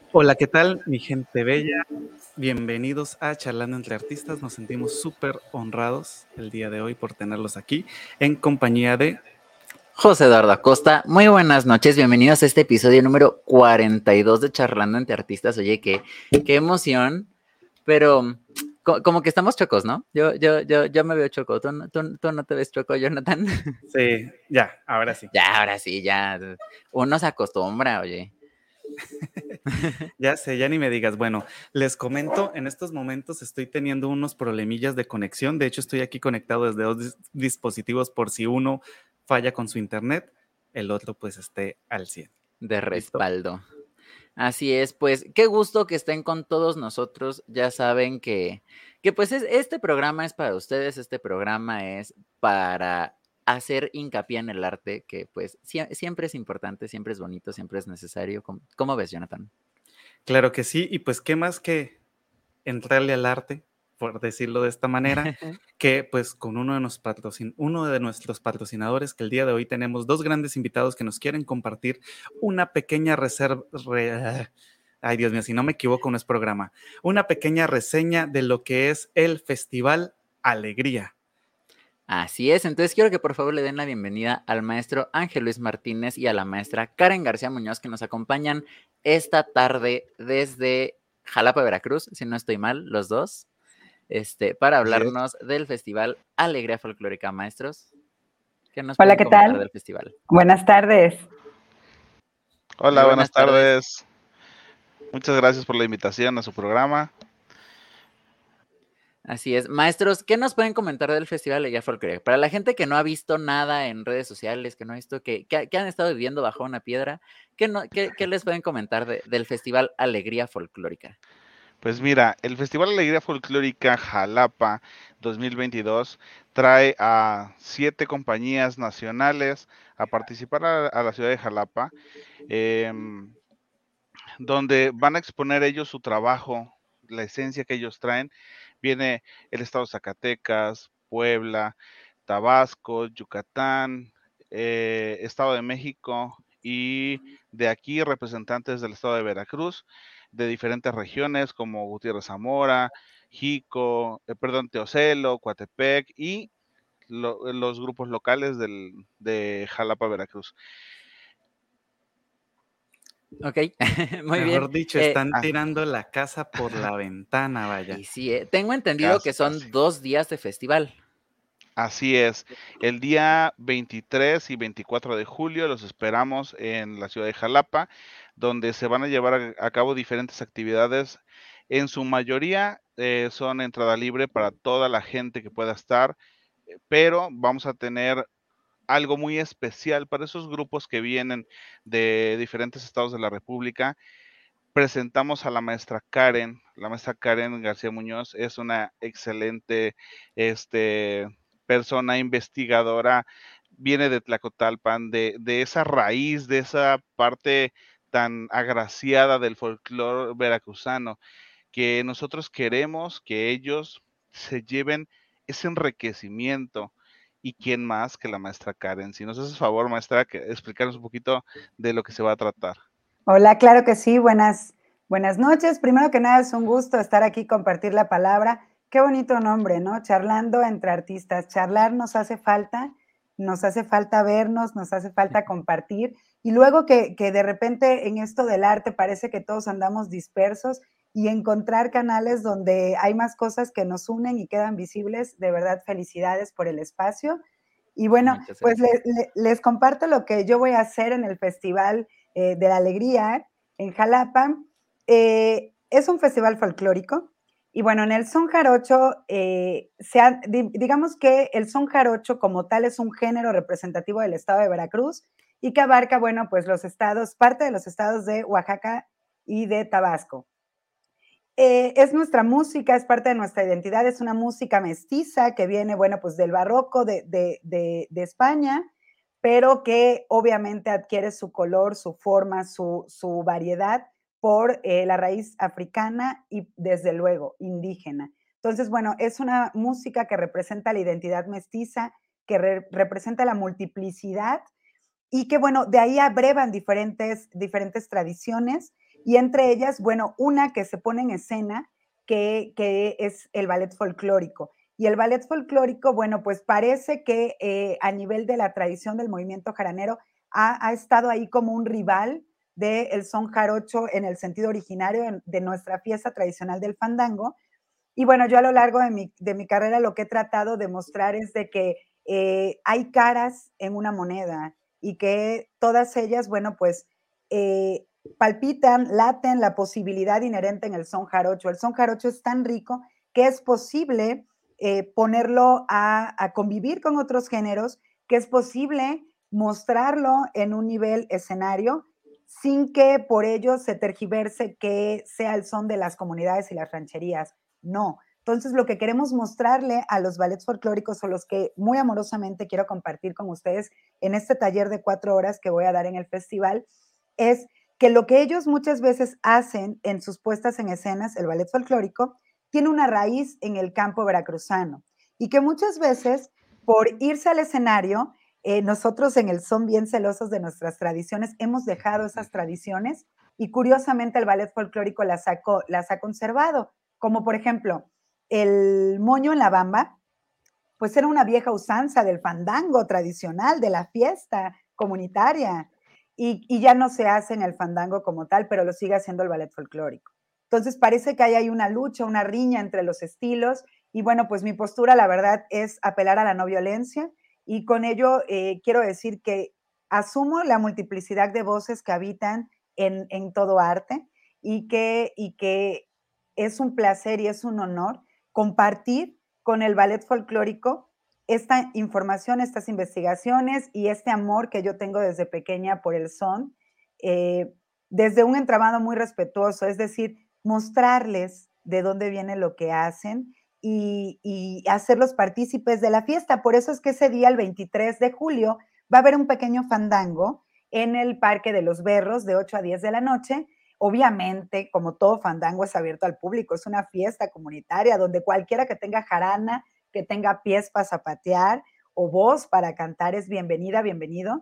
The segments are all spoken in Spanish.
Hola, ¿qué tal, mi gente bella? Bienvenidos a Charlando entre Artistas. Nos sentimos súper honrados el día de hoy por tenerlos aquí en compañía de... José Eduardo Acosta, muy buenas noches, bienvenidos a este episodio número 42 de Charlando entre Artistas. Oye, qué emoción, pero como que estamos chocos, ¿no? Yo me veo choco, ¿Tú no te ves choco, Jonathan? Sí, ya, ahora sí. Ya, ahora sí, ya, uno se acostumbra, oye. Ya sé, ya ni me digas. Bueno, les comento, en estos momentos estoy teniendo unos problemillas de conexión. De hecho, estoy aquí conectado desde dos dispositivos por si uno falla con su internet, el otro pues esté al 100. De ¿Listo? respaldo. Así es, pues qué gusto que estén con todos nosotros. Ya saben que pues este programa es para ustedes, este programa es para hacer hincapié en el arte, que pues siempre es importante, siempre es bonito, siempre es necesario. ¿Cómo ves, Jonathan? Claro que sí, y pues qué más que entrarle al arte, por decirlo de esta manera, que pues con uno de nuestros patrocinadores, que el día de hoy tenemos dos grandes invitados que nos quieren compartir una pequeña ay Dios mío, si no me equivoco no es programa, una pequeña reseña de lo que es el Festival Alegría. Así es, entonces quiero que por favor le den la bienvenida al maestro Ángel Luis Martínez y a la maestra Karen García Muñoz, que nos acompañan esta tarde desde Jalapa, Veracruz, si no estoy mal, los dos. Para Así es. hablarnos del Festival Alegría Folclórica. Maestros, ¿qué nos Hola, pueden ¿qué comentar tal? del festival? Buenas tardes. Muy Hola, buenas buenas tardes. tardes. Muchas gracias por la invitación a su programa. Así es. Maestros, ¿qué nos pueden comentar del Festival Alegría Folclórica? Para la gente que no ha visto nada en redes sociales, que no ha visto, que han estado viviendo bajo una piedra, ¿qué les pueden comentar del Festival Alegría Folclórica? Pues mira, el Festival Alegría Folclórica Jalapa 2022 trae a 7 compañías nacionales a participar a la ciudad de Jalapa, em, donde van a exponer ellos su trabajo, la esencia que ellos traen. Viene el estado de Zacatecas, Puebla, Tabasco, Yucatán, Estado de México y de aquí representantes del estado de Veracruz, de diferentes regiones como Gutiérrez Zamora, Teocelo, Coatepec y los grupos locales de Jalapa, Veracruz. Ok, muy bien. Mejor dicho, están Ah, tirando la casa por la ventana, vaya. Y sí, tengo entendido casi, que casi. son 2 días de festival. Así es. El día 23 y 24 de julio los esperamos en la ciudad de Jalapa, donde se van a llevar a cabo diferentes actividades. En su mayoría son entrada libre para toda la gente que pueda estar, pero vamos a tener algo muy especial para esos grupos que vienen de diferentes estados de la República. Presentamos a la maestra Karen. La maestra Karen García Muñoz es una excelente este, persona investigadora, viene de Tlacotalpan, de esa raíz, de esa parte tan agraciada del folclore veracruzano, que nosotros queremos que ellos se lleven ese enriquecimiento. ¿Y quién más que la maestra Karen? Si nos haces favor, maestra, que explicarnos un poquito de lo que se va a tratar. Hola, claro que sí, buenas noches. Primero que nada, es un gusto estar aquí, compartir la palabra. Qué bonito nombre, ¿no? Charlando entre artistas. Charlar nos hace falta vernos, nos hace falta compartir. Y luego que de repente en esto del arte parece que todos andamos dispersos y encontrar canales donde hay más cosas que nos unen y quedan visibles, de verdad, felicidades por el espacio. Y bueno, Muchas pues gracias. les comparto lo que yo voy a hacer en el festival de la Alegría en Jalapa. Es un festival folclórico y bueno, en el son jarocho, digamos que el son jarocho como tal es un género representativo del estado de Veracruz y que abarca, bueno, pues parte de los estados de Oaxaca y de Tabasco. Es nuestra música, es parte de nuestra identidad, es una música mestiza que viene, bueno, pues del barroco de España, pero que obviamente adquiere su color, su forma, su variedad por la raíz africana y desde luego indígena. Entonces, bueno, es una música que representa la identidad mestiza, que representa la multiplicidad y que, bueno, de ahí abrevan diferentes tradiciones y entre ellas, bueno, una que se pone en escena, que es el ballet folclórico. Y el ballet folclórico, bueno, pues parece que a nivel de la tradición del movimiento jaranero ha estado ahí como un rival del son jarocho en el sentido originario de nuestra fiesta tradicional del fandango. Y bueno, yo a lo largo de mi carrera lo que he tratado de mostrar es de que hay caras en una moneda y que todas ellas, bueno, pues palpitan, laten la posibilidad inherente en el son jarocho. El son jarocho es tan rico que es posible ponerlo a convivir con otros géneros, que es posible mostrarlo en un nivel escenario sin que por ello se tergiverse que sea el son de las comunidades y las rancherías. No. Entonces, lo que queremos mostrarle a los ballets folclóricos, o los que muy amorosamente quiero compartir con ustedes en este taller de 4 horas que voy a dar en el festival, es que lo que ellos muchas veces hacen en sus puestas en escenas, el ballet folclórico, tiene una raíz en el campo veracruzano y que muchas veces, por irse al escenario, nosotros en el son bien celosos de nuestras tradiciones, hemos dejado esas tradiciones y curiosamente el ballet folclórico las ha conservado, como por ejemplo el moño en la bamba, pues era una vieja usanza del fandango tradicional, de la fiesta comunitaria, y ya no se hace en el fandango como tal, pero lo sigue haciendo el ballet folclórico. Entonces parece que hay una lucha, una riña entre los estilos, y bueno, pues mi postura, la verdad, es apelar a la no violencia, y con ello quiero decir que asumo la multiplicidad de voces que habitan en todo arte, y que es un placer y es un honor compartir con el ballet folclórico esta información, estas investigaciones y este amor que yo tengo desde pequeña por el son, eh, desde un entramado muy respetuoso, es decir, mostrarles de dónde viene lo que hacen y hacerlos partícipes de la fiesta. Por eso es que ese día, el 23 de julio, va a haber un pequeño fandango en el Parque de los Berros de 8 a 10 de la noche. Obviamente, como todo fandango, es abierto al público, es una fiesta comunitaria donde cualquiera que tenga jarana, que tenga pies para zapatear o voz para cantar es bienvenida, bienvenido.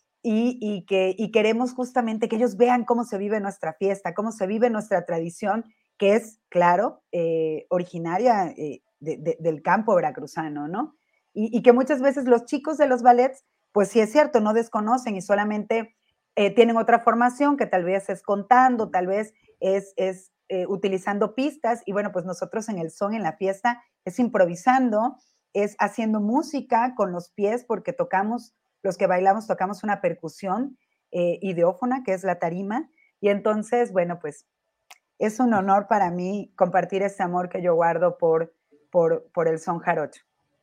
Y queremos justamente que ellos vean cómo se vive nuestra fiesta, cómo se vive nuestra tradición, que es, claro, originaria del campo veracruzano, ¿no? Y que muchas veces los chicos de los ballets, pues sí es cierto, no desconocen y solamente tienen otra formación que tal vez es contando, tal vez es utilizando pistas, y bueno, pues nosotros en el son, en la fiesta, es improvisando, es haciendo música con los pies, porque tocamos, los que bailamos tocamos una percusión ideófona, que es la tarima, y entonces, bueno, pues es un honor para mí compartir este amor que yo guardo por el son jarocho.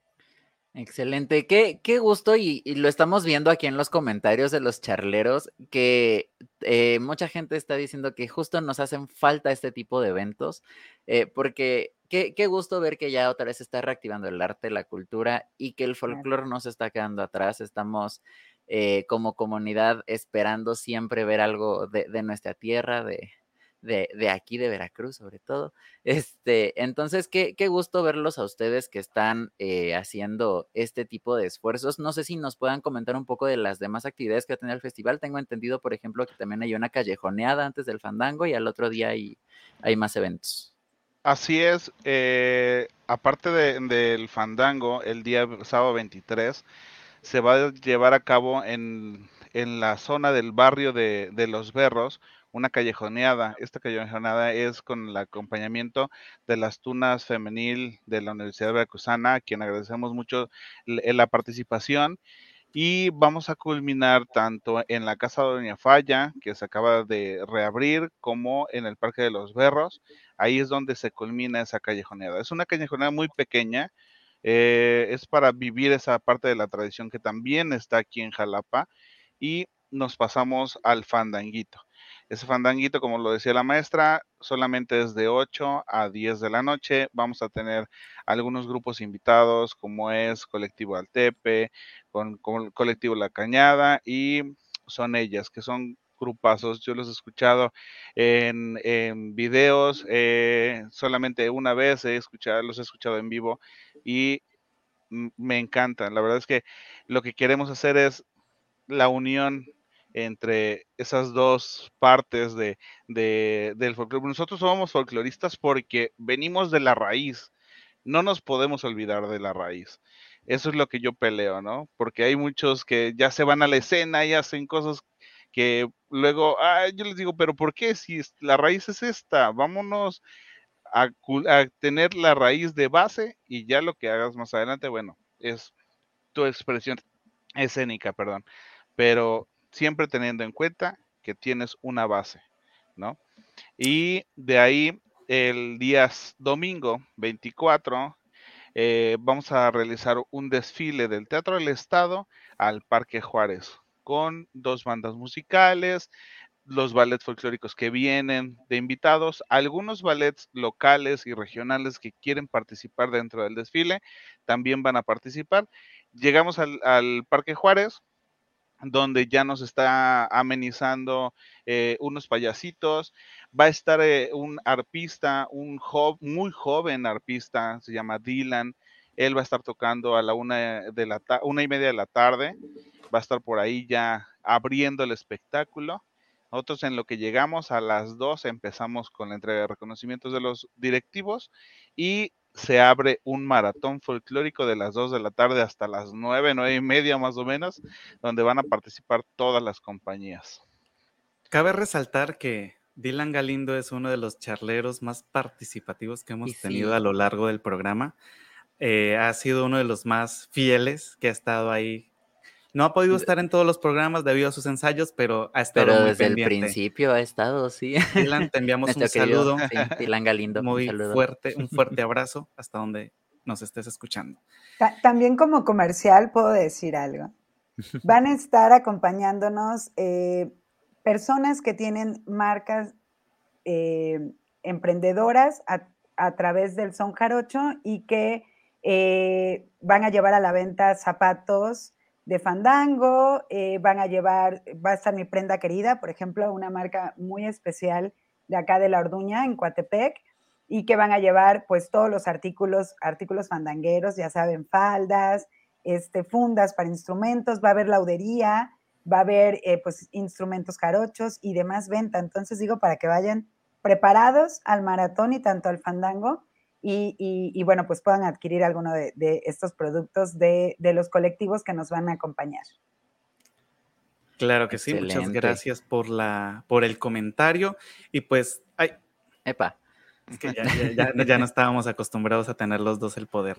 Excelente, qué gusto y lo estamos viendo aquí en los comentarios de los charleros, que mucha gente está diciendo que justo nos hacen falta este tipo de eventos, porque qué gusto ver que ya otra vez se está reactivando el arte, la cultura y que el folclore no se está quedando atrás. Estamos como comunidad esperando siempre ver algo de nuestra tierra, de aquí, de Veracruz, sobre todo. Entonces, qué gusto verlos a ustedes que están haciendo este tipo de esfuerzos. No sé si nos puedan comentar un poco de las demás actividades que va a tener el festival. Tengo entendido, por ejemplo, que también hay una callejoneada antes del fandango y al otro día hay más eventos. Así es, aparte del fandango, el día sábado 23 se va a llevar a cabo en la zona del barrio de Los Berros una callejoneada. Esta callejoneada es con el acompañamiento de las tunas femenil de la Universidad Veracruzana, a quien agradecemos mucho la participación. Y vamos a culminar tanto en la Casa de Doña Falla, que se acaba de reabrir, como en el Parque de los Berros. Ahí es donde se culmina esa callejoneada. Es una callejoneada muy pequeña, es para vivir esa parte de la tradición que también está aquí en Jalapa, y nos pasamos al fandanguito. Ese fandanguito, como lo decía la maestra, solamente es de 8 a 10 de la noche. Vamos a tener algunos grupos invitados, como es Colectivo Altepe, con Colectivo La Cañada, y Son Ellas, que son grupazos. Yo los he escuchado en videos, solamente una vez los he escuchado en vivo y me encantan. La verdad es que lo que queremos hacer es la unión entre esas dos partes del folclore. Nosotros somos folcloristas porque venimos de la raíz, no nos podemos olvidar de la raíz. Eso es lo que yo peleo, ¿no? Porque hay muchos que ya se van a la escena y hacen cosas que luego, yo les digo, pero ¿por qué? Si la raíz es esta, vámonos a tener la raíz de base y ya lo que hagas más adelante, bueno, es tu expresión escénica, perdón, pero siempre teniendo en cuenta que tienes una base, ¿no? Y de ahí el día domingo 24 vamos a realizar un desfile del Teatro del Estado al Parque Juárez con 2 bandas musicales, los ballets folclóricos que vienen de invitados, algunos ballets locales y regionales que quieren participar dentro del desfile, también van a participar. Llegamos al Parque Juárez, donde ya nos está amenizando unos payasitos. Va a estar un arpista, muy joven arpista, se llama Dylan. Él va a estar tocando a la 1:30 de la tarde. Va a estar por ahí ya abriendo el espectáculo. Nosotros en lo que llegamos a las 2 empezamos con la entrega de reconocimientos de los directivos y se abre un maratón folclórico de las 2 de la tarde hasta las 9:30 más o menos, donde van a participar todas las compañías. Cabe resaltar que Dylan Galindo es uno de los charleros más participativos que hemos tenido a lo largo del programa. Ha sido uno de los más fieles que ha estado ahí. No ha podido estar en todos los programas debido a sus ensayos, pero ha estado muy desde pendiente. el principio ha estado, sí. Dylan, te enviamos un saludo. Sí, Dylan Galindo, muy un saludo. fuerte, un fuerte abrazo hasta donde nos estés escuchando. También como comercial puedo decir algo. Van a estar acompañándonos personas que tienen marcas emprendedoras a través del son jarocho y que van a llevar a la venta zapatos de fandango, va a estar Mi Prenda Querida, por ejemplo, una marca muy especial de acá de La Orduña, en Coatepec, y que van a llevar pues todos los artículos fandangueros, ya saben, faldas, fundas para instrumentos, va a haber laudería, va a haber pues instrumentos jarochos y demás venta. Entonces digo, para que vayan preparados al maratón y tanto al fandango y bueno, pues puedan adquirir alguno de estos productos de los colectivos que nos van a acompañar. Claro que sí, muchas gracias por el comentario y pues, Epa. Es que ya no estábamos acostumbrados a tener los dos el poder.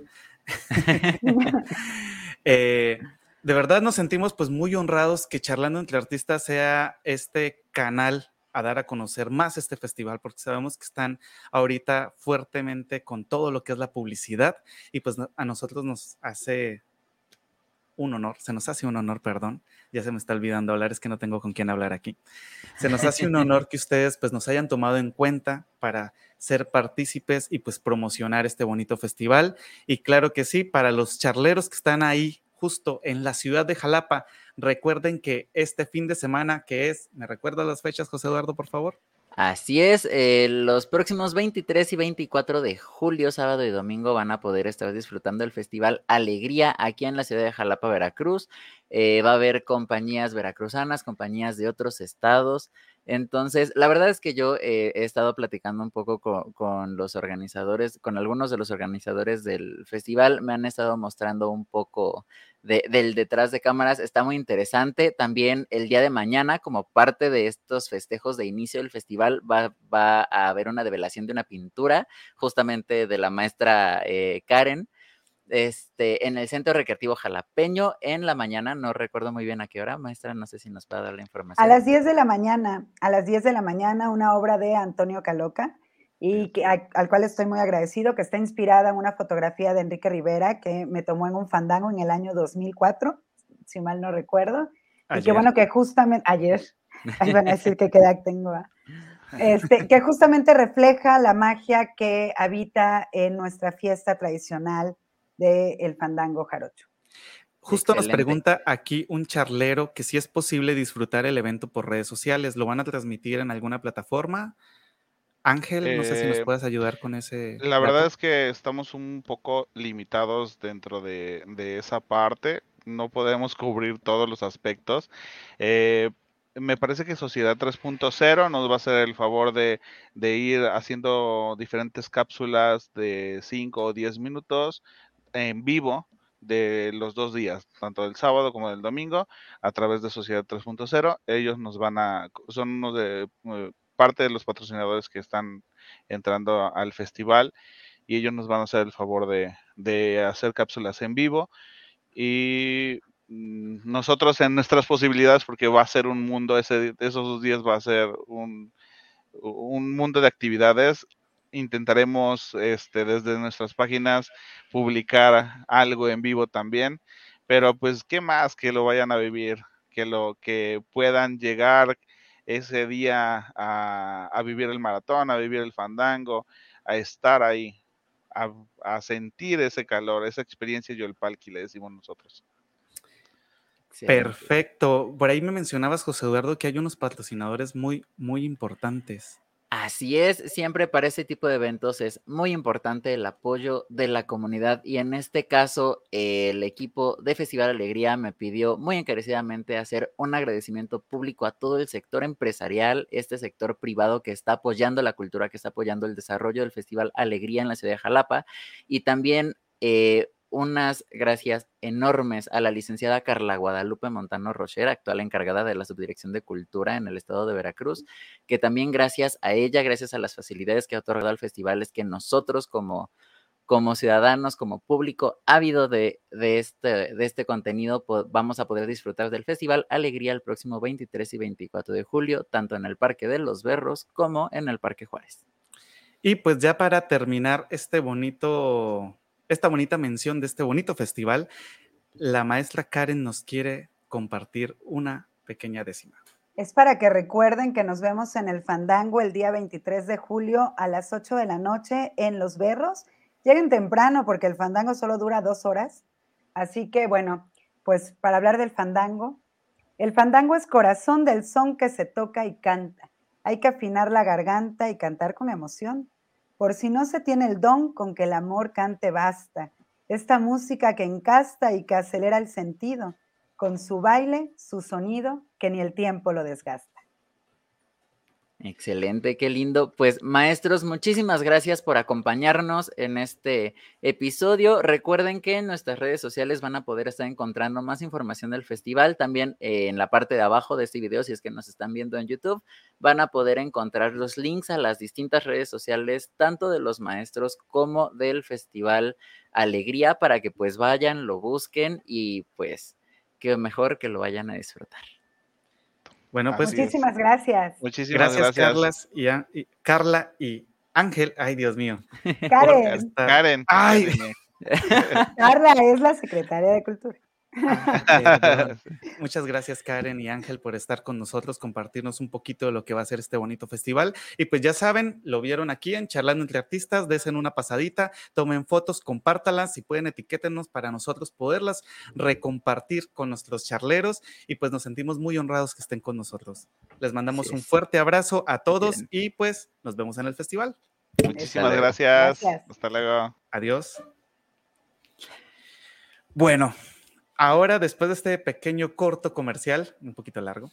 De verdad nos sentimos pues muy honrados que Charlando entre Artistas sea este canal a dar a conocer más este festival, porque sabemos que están ahorita fuertemente con todo lo que es la publicidad y pues a nosotros nos hace un honor, perdón, ya se me está olvidando hablar, es que no tengo con quién hablar aquí. Se nos hace un honor que ustedes pues nos hayan tomado en cuenta para ser partícipes y pues promocionar este bonito festival. Y claro que sí, para los charleros que están ahí justo en la ciudad de Jalapa, recuerden que este fin de semana que es, ¿me recuerda las fechas, José Eduardo, por favor? Así es, los próximos 23 y 24 de julio, sábado y domingo, van a poder estar disfrutando del Festival Alegría aquí en la ciudad de Jalapa, Veracruz. Va a haber compañías veracruzanas, compañías de otros estados. Entonces, la verdad es que yo he estado platicando un poco con los organizadores, con algunos de los organizadores del festival. Me han estado mostrando un poco del detrás de cámaras. Está muy interesante. También el día de mañana, como parte de estos festejos de inicio del festival, va a haber una develación de una pintura justamente de la maestra Karen, en el Centro Recreativo Jalapeño en la mañana. No recuerdo muy bien a qué hora, maestra, no sé si nos va a dar la información. A las 10 de la mañana, una obra de Antonio Caloca, y al cual estoy muy agradecido, que está inspirada en una fotografía de Enrique Rivera que me tomó en un fandango en el año 2004, si mal no recuerdo. Ayer. Y que bueno, que justamente, ayer, ahí van a decir que qué edad tengo, que justamente refleja la magia que habita en nuestra fiesta tradicional del fandango jarocho. Justo excelente. Nos pregunta aquí un charlero que si es posible disfrutar el evento por redes sociales. ¿Lo van a transmitir en alguna plataforma? Ángel, no sé si nos puedes ayudar con ese La verdad es que estamos un poco limitados dentro de esa parte. No podemos cubrir todos los aspectos. me parece que Sociedad 3.0 nos va a hacer el favor de ir haciendo diferentes cápsulas de 5 o 10 minutos en vivo de los 2 días, tanto del sábado como del domingo, a través de Sociedad 3.0. Ellos son uno de parte de los patrocinadores que están entrando al festival, y ellos nos van a hacer el favor de hacer cápsulas en vivo, y nosotros en nuestras posibilidades, porque va a ser un mundo, esos 2 días va a ser un mundo de actividades. Intentaremos desde nuestras páginas publicar algo en vivo también, pero pues qué más que lo vayan a vivir, que puedan llegar ese día a vivir el maratón, a vivir el fandango, a estar ahí, a sentir ese calor, esa experiencia Yolpalki, le decimos nosotros. Excelente. Perfecto. Por ahí me mencionabas, José Eduardo, que hay unos patrocinadores muy, muy importantes. Así es, siempre para ese tipo de eventos es muy importante el apoyo de la comunidad, y en este caso el equipo de Festival Alegría me pidió muy encarecidamente hacer un agradecimiento público a todo el sector empresarial, este sector privado que está apoyando la cultura, que está apoyando el desarrollo del Festival Alegría en la ciudad de Jalapa, y también unas gracias enormes a la licenciada Carla Guadalupe Montano Rocher, actual encargada de la Subdirección de Cultura en el estado de Veracruz, que también gracias a ella, gracias a las facilidades que ha otorgado al festival, es que nosotros como ciudadanos, como público ávido de este contenido, vamos a poder disfrutar del Festival Alegría el próximo 23 y 24 de julio, tanto en el Parque de los Berros como en el Parque Juárez. Y pues ya para terminar esta bonita mención de este bonito festival, la maestra Karen nos quiere compartir una pequeña décima. Es para que recuerden que nos vemos en el Fandango el día 23 de julio a las 8 de la noche en Los Berros. Lleguen temprano porque el Fandango solo dura 2 horas. Así que bueno, pues para hablar del Fandango, el Fandango es corazón del son que se toca y canta. Hay que afinar la garganta y cantar con emoción. Por si no se tiene el don, con que el amor cante basta. Esta música que encasta y que acelera el sentido, con su baile, su sonido, que ni el tiempo lo desgasta. Excelente, qué lindo. Pues maestros, muchísimas gracias por acompañarnos en este episodio. Recuerden que en nuestras redes sociales van a poder estar encontrando más información del festival. También en la parte de abajo de este video, si es que nos están viendo en YouTube, van a poder encontrar los links a las distintas redes sociales, tanto de los maestros como del Festival Alegría, para que pues vayan, lo busquen y pues qué mejor que lo vayan a disfrutar. Bueno, pues muchísimas gracias. Muchísimas gracias. Carla y Ángel. Ay, Dios mío. Karen. Ay. Carla es la secretaria de Cultura. Muchas gracias, Karen y Ángel, por estar con nosotros, compartirnos un poquito de lo que va a ser este bonito festival. Y pues ya saben, lo vieron aquí en Charlando Entre Artistas, desen una pasadita, tomen fotos, compártalas, si pueden etiquétenos para nosotros poderlas recompartir con nuestros charleros, y pues nos sentimos muy honrados que estén con nosotros. Les mandamos un fuerte abrazo a todos y pues nos vemos en el festival. Muchísimas gracias. Hasta luego. Adiós. Bueno, ahora, después de este pequeño corto comercial, un poquito largo,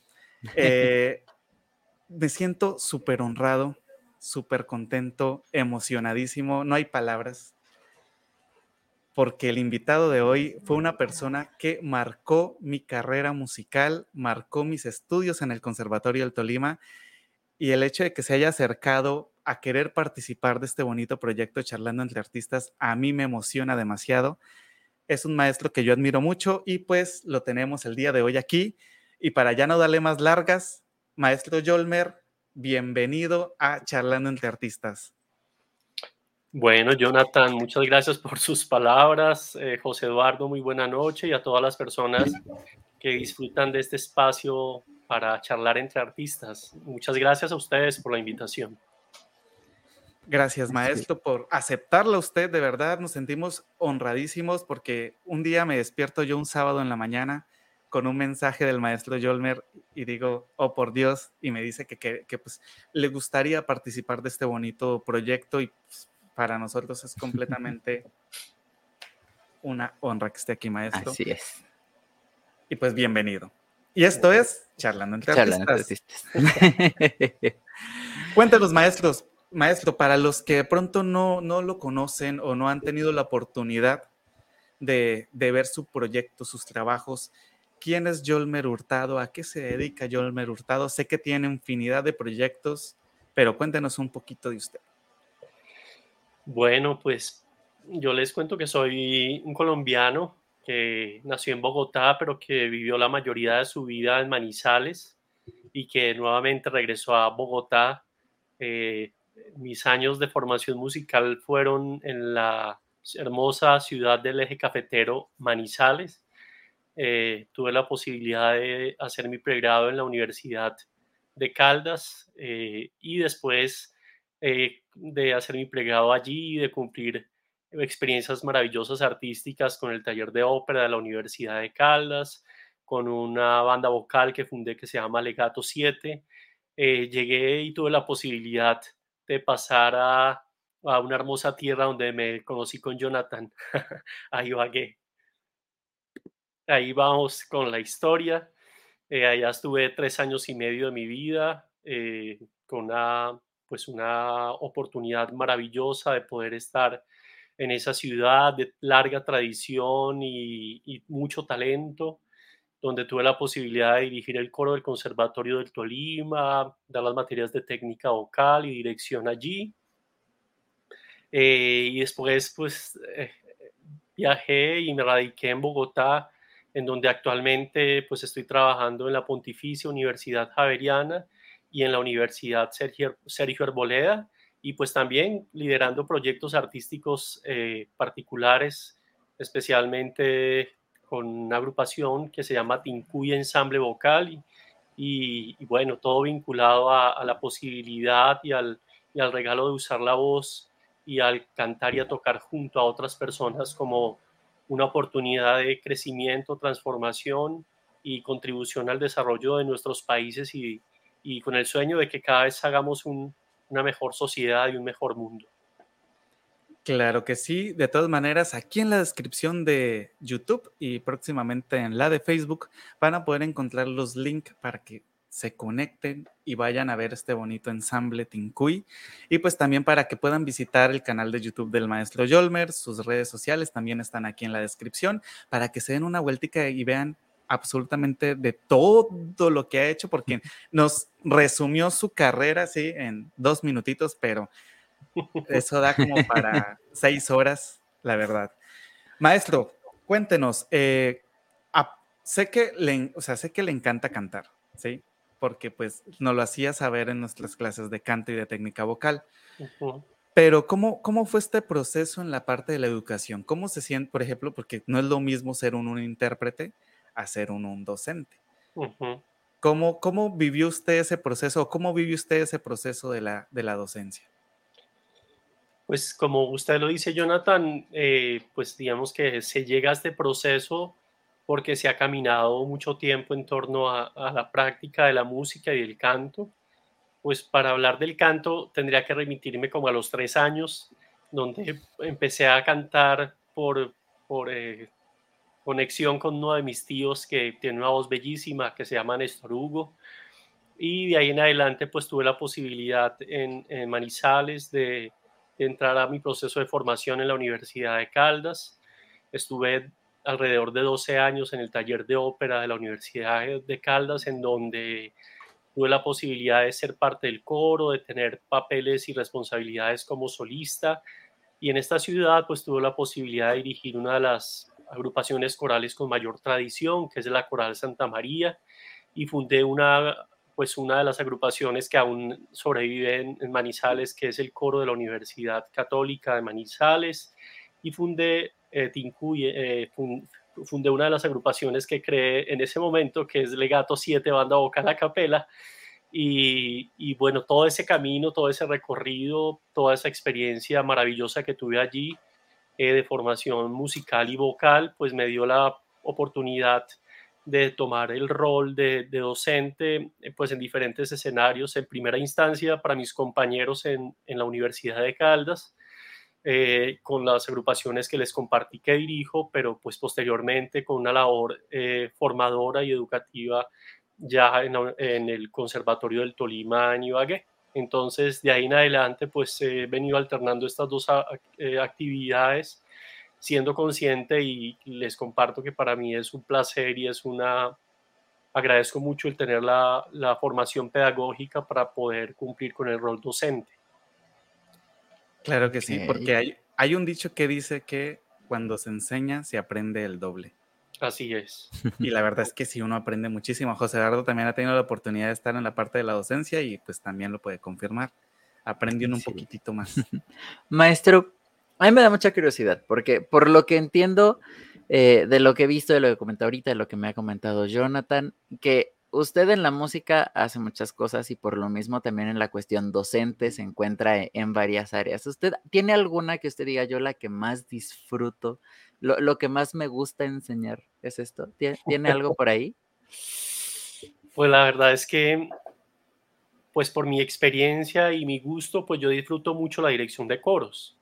me siento súper honrado, súper contento, emocionadísimo, no hay palabras, porque el invitado de hoy fue una persona que marcó mi carrera musical, marcó mis estudios en el Conservatorio del Tolima, y el hecho de que se haya acercado a querer participar de este bonito proyecto Charlando Entre Artistas, a mí me emociona demasiado. Es un maestro que yo admiro mucho y pues lo tenemos el día de hoy aquí. Y para ya no darle más largas, maestro Yolmer, bienvenido a Charlando Entre Artistas. Bueno, Jonathan, muchas gracias por sus palabras. José Eduardo, muy buena noche, y a todas las personas que disfrutan de este espacio para charlar entre artistas. Muchas gracias a ustedes por la invitación. Gracias, maestro, por aceptarla usted. De verdad, nos sentimos honradísimos porque un día me despierto yo un sábado en la mañana con un mensaje del maestro Yolmer y digo, oh por Dios, y me dice que pues le gustaría participar de este bonito proyecto, y pues, para nosotros es completamente una honra que esté aquí, maestro. Así es. Y pues bienvenido. Y esto es Charlando entre Charlando Artistas. entre artistas. Cuéntanos, maestro, para los que de pronto no lo conocen o no han tenido la oportunidad de ver su proyecto, sus trabajos, ¿quién es Yolmer Hurtado? ¿A qué se dedica Yolmer Hurtado? Sé que tiene infinidad de proyectos, pero cuéntenos un poquito de usted. Bueno, pues yo les cuento que soy un colombiano que nació en Bogotá, pero que vivió la mayoría de su vida en Manizales y que nuevamente regresó a Bogotá. Mis años de formación musical fueron en la hermosa ciudad del eje cafetero Manizales. Tuve la posibilidad de hacer mi pregrado en la Universidad de Caldas y después de hacer mi pregrado allí y de cumplir experiencias maravillosas artísticas con el taller de ópera de la Universidad de Caldas, con una banda vocal que fundé que se llama Legato 7. Llegué y tuve la posibilidad de pasar a una hermosa tierra donde me conocí con Jonathan, a Ibagué. Ahí vamos con la historia. Allá estuve 3 años y medio de mi vida con una oportunidad maravillosa de poder estar en esa ciudad de larga tradición y mucho talento, donde tuve la posibilidad de dirigir el coro del Conservatorio del Tolima, dar las materias de técnica vocal y dirección allí. Y después, viajé y me radiqué en Bogotá, en donde actualmente pues estoy trabajando en la Pontificia Universidad Javeriana y en la Universidad Sergio Arboleda, y pues también liderando proyectos artísticos particulares, especialmente con una agrupación que se llama Tincuy Ensamble Vocal y bueno, todo vinculado a la posibilidad y al regalo de usar la voz y al cantar y a tocar junto a otras personas como una oportunidad de crecimiento, transformación y contribución al desarrollo de nuestros países y con el sueño de que cada vez hagamos una mejor sociedad y un mejor mundo. Claro que sí. De todas maneras, aquí en la descripción de YouTube y próximamente en la de Facebook van a poder encontrar los links para que se conecten y vayan a ver este bonito ensamble Tincuy, y pues también para que puedan visitar el canal de YouTube del maestro Yolmer. Sus redes sociales también están aquí en la descripción para que se den una vueltica y vean absolutamente de todo lo que ha hecho, porque nos resumió su carrera así en 2 minutitos, pero eso da como para 6 horas, la verdad. Maestro, cuéntenos, sé que le encanta cantar, ¿sí? Porque pues nos lo hacía saber en nuestras clases de canto y de técnica vocal. Uh-huh. Pero ¿cómo fue este proceso en la parte de la educación? ¿Cómo se siente, por ejemplo, porque no es lo mismo ser un intérprete a ser un docente? Uh-huh. ¿Cómo vivió usted ese proceso? ¿Cómo vivió usted ese proceso de la docencia? Pues como usted lo dice, Jonathan, pues digamos que se llega a este proceso porque se ha caminado mucho tiempo en torno a la práctica de la música y del canto. Pues para hablar del canto tendría que remitirme como a los 3 años, donde empecé a cantar por conexión con uno de mis tíos que tiene una voz bellísima, que se llama Néstor Hugo. Y de ahí en adelante pues tuve la posibilidad en Manizales de entrar a mi proceso de formación en la Universidad de Caldas. Estuve alrededor de 12 años en el taller de ópera de la Universidad de Caldas, en donde tuve la posibilidad de ser parte del coro, de tener papeles y responsabilidades como solista. Y en esta ciudad pues tuve la posibilidad de dirigir una de las agrupaciones corales con mayor tradición, que es la Coral Santa María, y fundé una de las agrupaciones que aún sobrevive en Manizales, que es el coro de la Universidad Católica de Manizales, y fundé fundé una de las agrupaciones que creé en ese momento, que es Legato 7, banda vocal a capela, y bueno, todo ese camino, todo ese recorrido, toda esa experiencia maravillosa que tuve allí de formación musical y vocal, pues me dio la oportunidad de tomar el rol de docente pues en diferentes escenarios, en primera instancia para mis compañeros en la Universidad de Caldas, con las agrupaciones que les compartí que dirijo, pero pues posteriormente con una labor formadora y educativa ya en el Conservatorio del Tolima en Ibagué. Entonces, de ahí en adelante, pues he venido alternando estas dos actividades, siendo consciente, y les comparto que para mí es un placer y agradezco mucho el tener la formación pedagógica para poder cumplir con el rol docente. Claro que sí, porque hay un dicho que dice que cuando se enseña se aprende el doble. Así es. Y la verdad es que sí, uno aprende muchísimo. José Eduardo también ha tenido la oportunidad de estar en la parte de la docencia y pues también lo puede confirmar. Aprende uno un poquitito más. Maestro, a mí me da mucha curiosidad, porque por lo que entiendo, de lo que he visto, de lo que comenta ahorita, de lo que me ha comentado Jonathan, que usted en la música hace muchas cosas y por lo mismo también en la cuestión docente se encuentra en varias áreas. ¿Usted tiene alguna que usted diga, yo la que más disfruto, lo que más me gusta enseñar es esto? ¿Tiene algo por ahí? Pues la verdad es que, pues por mi experiencia y mi gusto, pues yo disfruto mucho la dirección de coros.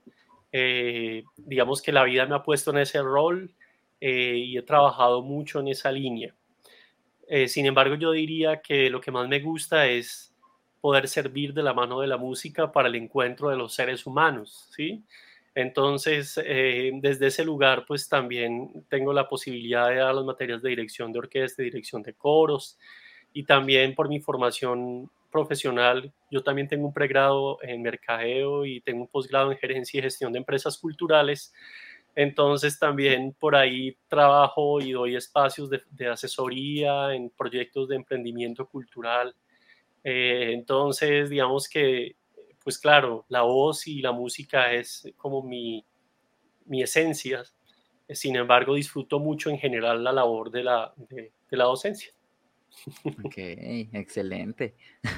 Digamos que la vida me ha puesto en ese rol y he trabajado mucho en esa línea. Sin embargo, yo diría que lo que más me gusta es poder servir de la mano de la música para el encuentro de los seres humanos, ¿sí? Entonces, desde ese lugar, pues también tengo la posibilidad de dar las materias de dirección de orquesta, dirección de coros, y también por mi formación profesional, yo también tengo un pregrado en mercadeo y tengo un posgrado en gerencia y gestión de empresas culturales. Entonces también por ahí trabajo y doy espacios de asesoría en proyectos de emprendimiento cultural. Entonces, digamos que, pues claro, la voz y la música es como mi esencia. Sin embargo, disfruto mucho en general la labor de la docencia. Ok, excelente.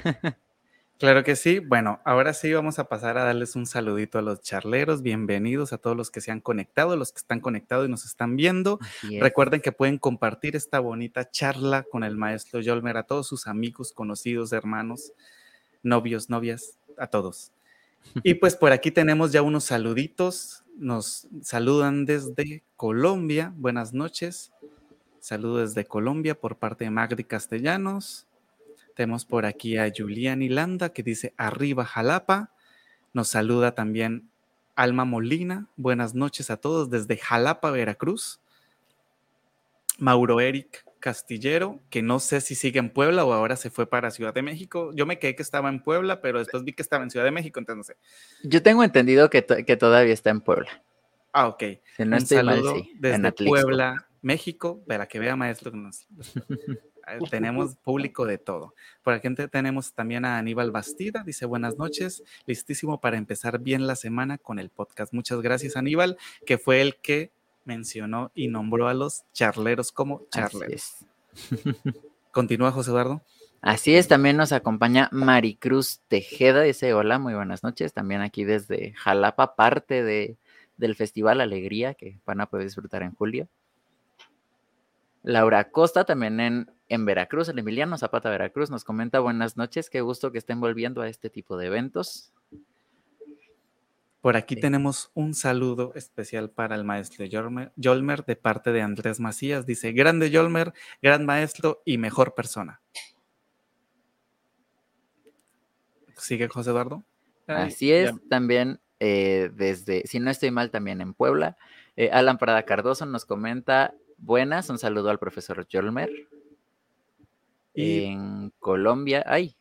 Claro que sí. Bueno, ahora sí vamos a pasar a darles un saludito a los charleros. Bienvenidos a todos los que se han conectado, los que están conectados y nos están viendo. Recuerden que pueden compartir esta bonita charla con el maestro Yolmer a todos sus amigos, conocidos, hermanos, novios, novias, a todos. Y pues por aquí tenemos ya unos saluditos. Nos saludan desde Colombia. Buenas noches. Saludos desde Colombia por parte de Magdi Castellanos. Tenemos por aquí a Julián Landa que dice arriba Jalapa. Nos saluda también Alma Molina. Buenas noches a todos desde Jalapa, Veracruz. Mauro Eric Castillero, que no sé si sigue en Puebla o ahora se fue para Ciudad de México. Yo me quedé que estaba en Puebla, pero después vi que estaba en Ciudad de México, entonces no sé. Yo tengo entendido que todavía está en Puebla. Ah, ok. Si no un estoy saludo mal, sí, desde Puebla, México, para que vea, maestro. Tenemos público de todo. Por aquí tenemos también a Aníbal Bastida, dice buenas noches, listísimo para empezar bien la semana con el podcast. Muchas gracias, Aníbal, que fue el que mencionó y nombró a los charleros como charleros. Continúa, José Eduardo. Así es, también nos acompaña Maricruz Tejeda, dice hola, muy buenas noches, también aquí desde Jalapa, parte del Festival Alegría que van a poder disfrutar en julio. Laura Costa, también en Veracruz, el Emiliano Zapata, Veracruz, nos comenta buenas noches, qué gusto que estén volviendo a este tipo de eventos. Por aquí tenemos un saludo especial para el maestro Yolmer de parte de Andrés Macías. Dice, grande Yolmer, gran maestro y mejor persona. ¿Sigue José Eduardo? Así es, también desde, si no estoy mal, también en Puebla. Alan Parada Cardoso nos comenta, buenas, un saludo al profesor Yolmer. Y en Colombia, ay.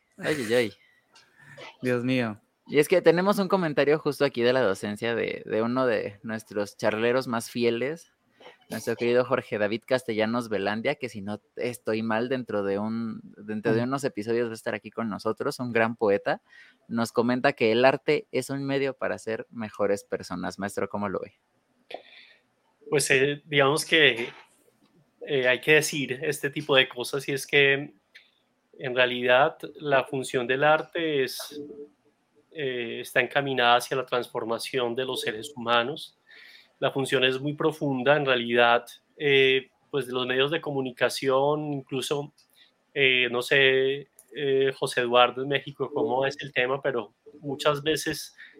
Dios mío. Y es que tenemos un comentario justo aquí de la docencia de uno de nuestros charleros más fieles, nuestro querido Jorge David Castellanos Velandia, que si no estoy mal, dentro de unos episodios va a estar aquí con nosotros, un gran poeta, nos comenta que el arte es un medio para ser mejores personas. Maestro, ¿cómo lo ve? Pues digamos que hay que decir este tipo de cosas, y es que en realidad la función del arte está encaminada hacia la transformación de los seres humanos. La función es muy profunda, en realidad, pues de los medios de comunicación, incluso, no sé, José Eduardo en México, cómo es el tema, pero muchas veces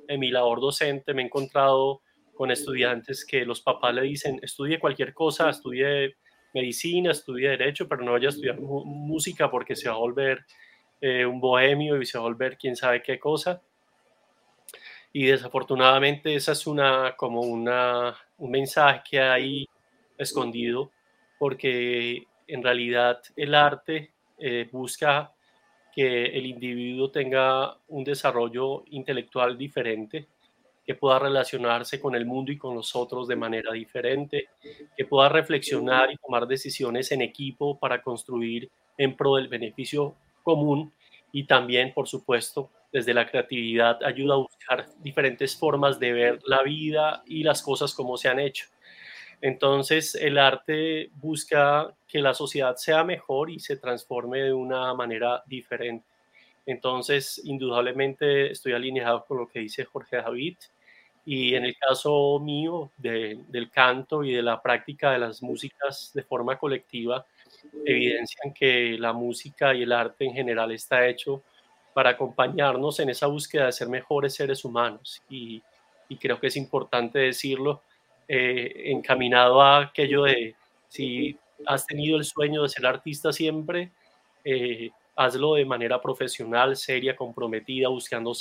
en mi labor docente me he encontrado con estudiantes que los papás le dicen, estudie cualquier cosa, estudie medicina, estudie derecho, pero no vaya a estudiar música porque se va a volver un bohemio y se va a volver quién sabe qué cosa. Y desafortunadamente esa es un mensaje que hay escondido, porque en realidad el arte busca que el individuo tenga un desarrollo intelectual diferente, que pueda relacionarse con el mundo y con los otros de manera diferente, que pueda reflexionar y tomar decisiones en equipo para construir en pro del beneficio común, y también, por supuesto, desde la creatividad ayuda a buscar diferentes formas de ver la vida y las cosas como se han hecho. Entonces, el arte busca que la sociedad sea mejor y se transforme de una manera diferente. Entonces, indudablemente estoy alineado con lo que dice Jorge David, y en el caso mío del canto y de la práctica de las músicas de forma colectiva, evidencian que la música y el arte en general está hecho para acompañarnos en esa búsqueda de ser mejores seres humanos, y creo que es importante decirlo, encaminado a aquello de si has tenido el sueño de ser artista siempre, hazlo de manera profesional, seria, comprometida, buscando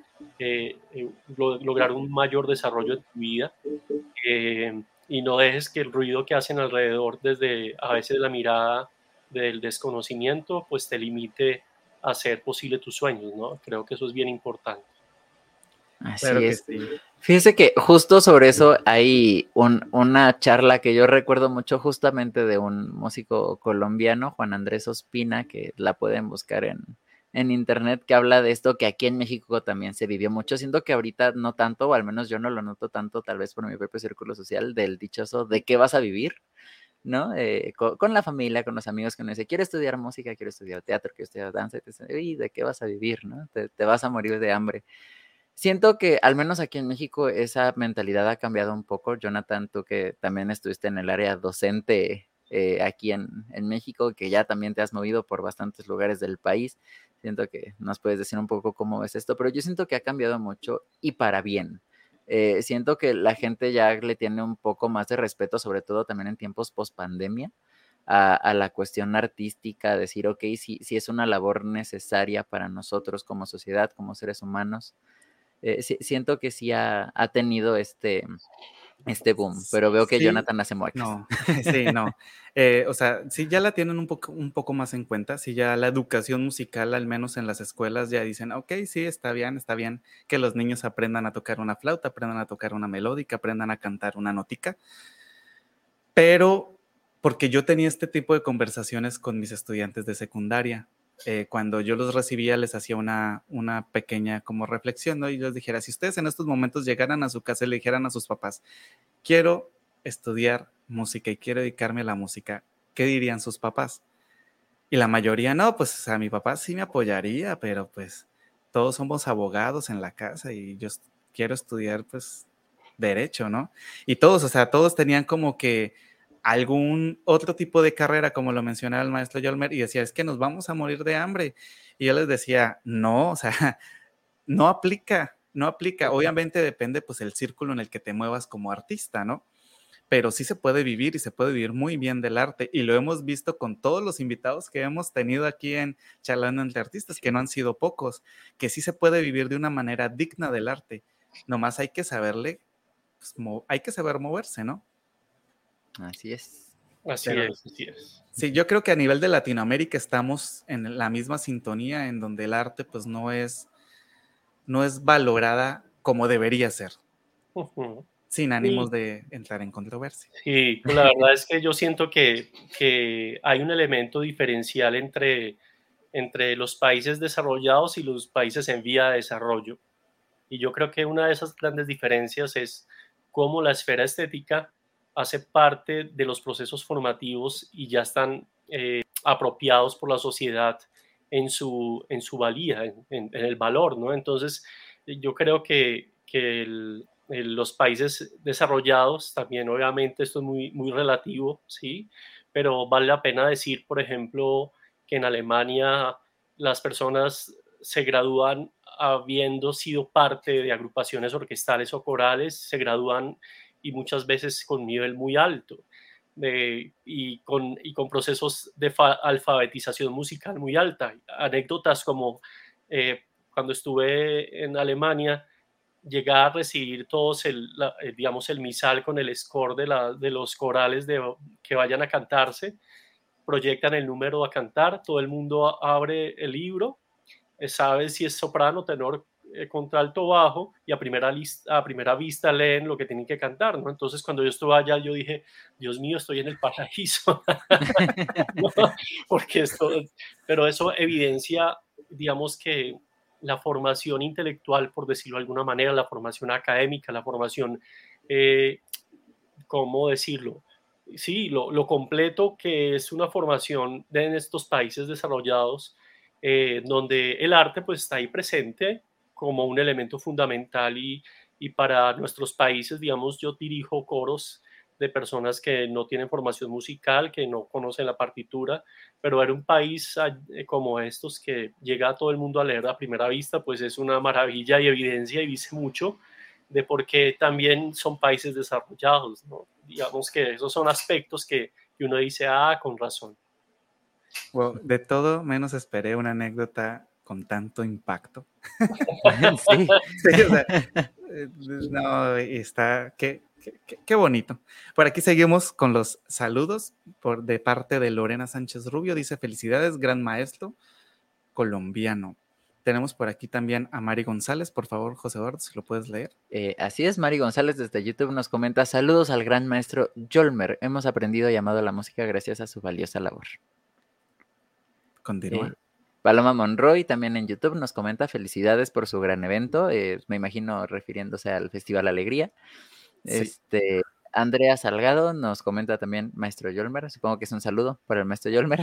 lograr un mayor desarrollo en tu vida, y no dejes que el ruido que hacen alrededor, desde a veces la mirada del desconocimiento, pues te limite a hacer posible tus sueños, ¿no? Creo que eso es bien importante. Así Claro que es. sí. Fíjese que justo sobre eso hay una charla que yo recuerdo mucho, justamente de un músico colombiano, Juan Andrés Ospina, que la pueden buscar en internet, que habla de esto, que aquí en México también se vivió mucho. Siento que ahorita no tanto, o al menos yo no lo noto tanto, tal vez por mi propio círculo social, del dichoso ¿de qué vas a vivir? ¿No? Con la familia, con los amigos, que uno dice, quiero estudiar música, quiero estudiar teatro, quiero estudiar danza, y te dicen, uy, ¿de qué vas a vivir? ¿No? Te vas a morir de hambre. Siento que al menos aquí en México esa mentalidad ha cambiado un poco. Jonathan, tú que también estuviste en el área docente aquí en México, que ya también te has movido por bastantes lugares del país, siento que nos puedes decir un poco cómo ves esto, pero yo siento que ha cambiado mucho y para bien. Siento que la gente ya le tiene un poco más de respeto, sobre todo también en tiempos post pandemia, a la cuestión artística, decir, ok, si es una labor necesaria para nosotros como sociedad, como seres humanos. Siento que sí ha tenido este boom, pero veo que Sí, Jonathan hace muecas. no, sí, no. O sea, sí ya la tienen un poco más en cuenta, sí ya la educación musical, al menos en las escuelas, ya dicen, ok, sí, está bien que los niños aprendan a tocar una flauta, aprendan a tocar una melódica, aprendan a cantar una notica, pero porque yo tenía este tipo de conversaciones con mis estudiantes de secundaria. Cuando yo los recibía, les hacía una pequeña como reflexión, ¿no? Y les dijera, si ustedes en estos momentos llegaran a su casa y le dijeran a sus papás, quiero estudiar música y quiero dedicarme a la música, ¿qué dirían sus papás? Y la mayoría, no, pues a mi papá sí me apoyaría, pero pues todos somos abogados en la casa y yo quiero estudiar pues derecho, ¿no? Y todos, o sea, todos tenían como que algún otro tipo de carrera, como lo mencionaba el maestro Yolmer, y decía, es que nos vamos a morir de hambre. Y yo les decía, no, o sea, no aplica, no aplica. Obviamente depende pues el círculo en el que te muevas como artista, ¿no? Pero sí se puede vivir y se puede vivir muy bien del arte, y lo hemos visto con todos los invitados que hemos tenido aquí en Charlando entre Artistas, que no han sido pocos, que sí se puede vivir de una manera digna del arte. Nomás hay que saberle, pues, hay que saber moverse, ¿no? Así es. Así Pero es, así es. sí, yo creo que a nivel de Latinoamérica estamos en la misma sintonía, en donde el arte pues no es valorada como debería ser, Ujú. sin ánimos Sí, de entrar en controversia. sí, pues la verdad es que yo siento que hay un elemento diferencial entre los países desarrollados y los países en vía de desarrollo. Y yo creo que una de esas grandes diferencias es cómo la esfera estética hace parte de los procesos formativos y ya están apropiados por la sociedad en su valía, en el valor, ¿no? Entonces, yo creo que los países desarrollados, también obviamente esto es muy relativo, ¿sí? Pero vale la pena decir, por ejemplo, que en Alemania las personas se gradúan habiendo sido parte de agrupaciones orquestales o corales, se gradúan y muchas veces con nivel muy alto. Y con procesos de alfabetización musical muy alta. Anécdotas como cuando estuve en Alemania, llegué a recibir todos digamos, el misal con el score de los corales que vayan a cantarse, proyectan el número a cantar, todo el mundo abre el libro, sabe si es soprano, tenor, contralto, bajo, y a primera vista leen lo que tienen que cantar, ¿no? Entonces, cuando yo estuve allá, yo dije, Dios mío, estoy en el paraíso, ¿no? Porque pero eso evidencia, digamos, que la formación intelectual, por decirlo de alguna manera, la formación académica, la formación, ¿cómo decirlo? Sí, lo completo que es una formación en estos países desarrollados, donde el arte pues está ahí presente como un elemento fundamental y para nuestros países, digamos, yo dirijo coros de personas que no tienen formación musical, que no conocen la partitura, pero ver un país como estos que llega a todo el mundo a leer a primera vista, pues es una maravilla y evidencia y dice mucho de por qué también son países desarrollados, ¿no? Digamos que esos son aspectos que uno dice, con razón. Wow, de todo menos esperé una anécdota con tanto impacto. Sí. Sí, o sea, no, está, qué bonito. Por aquí seguimos con los saludos de parte de Lorena Sánchez Rubio. Dice, felicidades, gran maestro colombiano. Tenemos por aquí también a Mari González. Por favor, José Eduardo, si lo puedes leer. Así es, Mari González desde YouTube nos comenta, saludos al gran maestro Yolmer. Hemos aprendido y amado la música gracias a su valiosa labor. Continúa. Paloma Monroy también en YouTube nos comenta felicidades por su gran evento, me imagino refiriéndose al Festival Alegría. Sí. Andrea Salgado nos comenta también maestro Yolmer, supongo que es un saludo para el maestro Yolmer.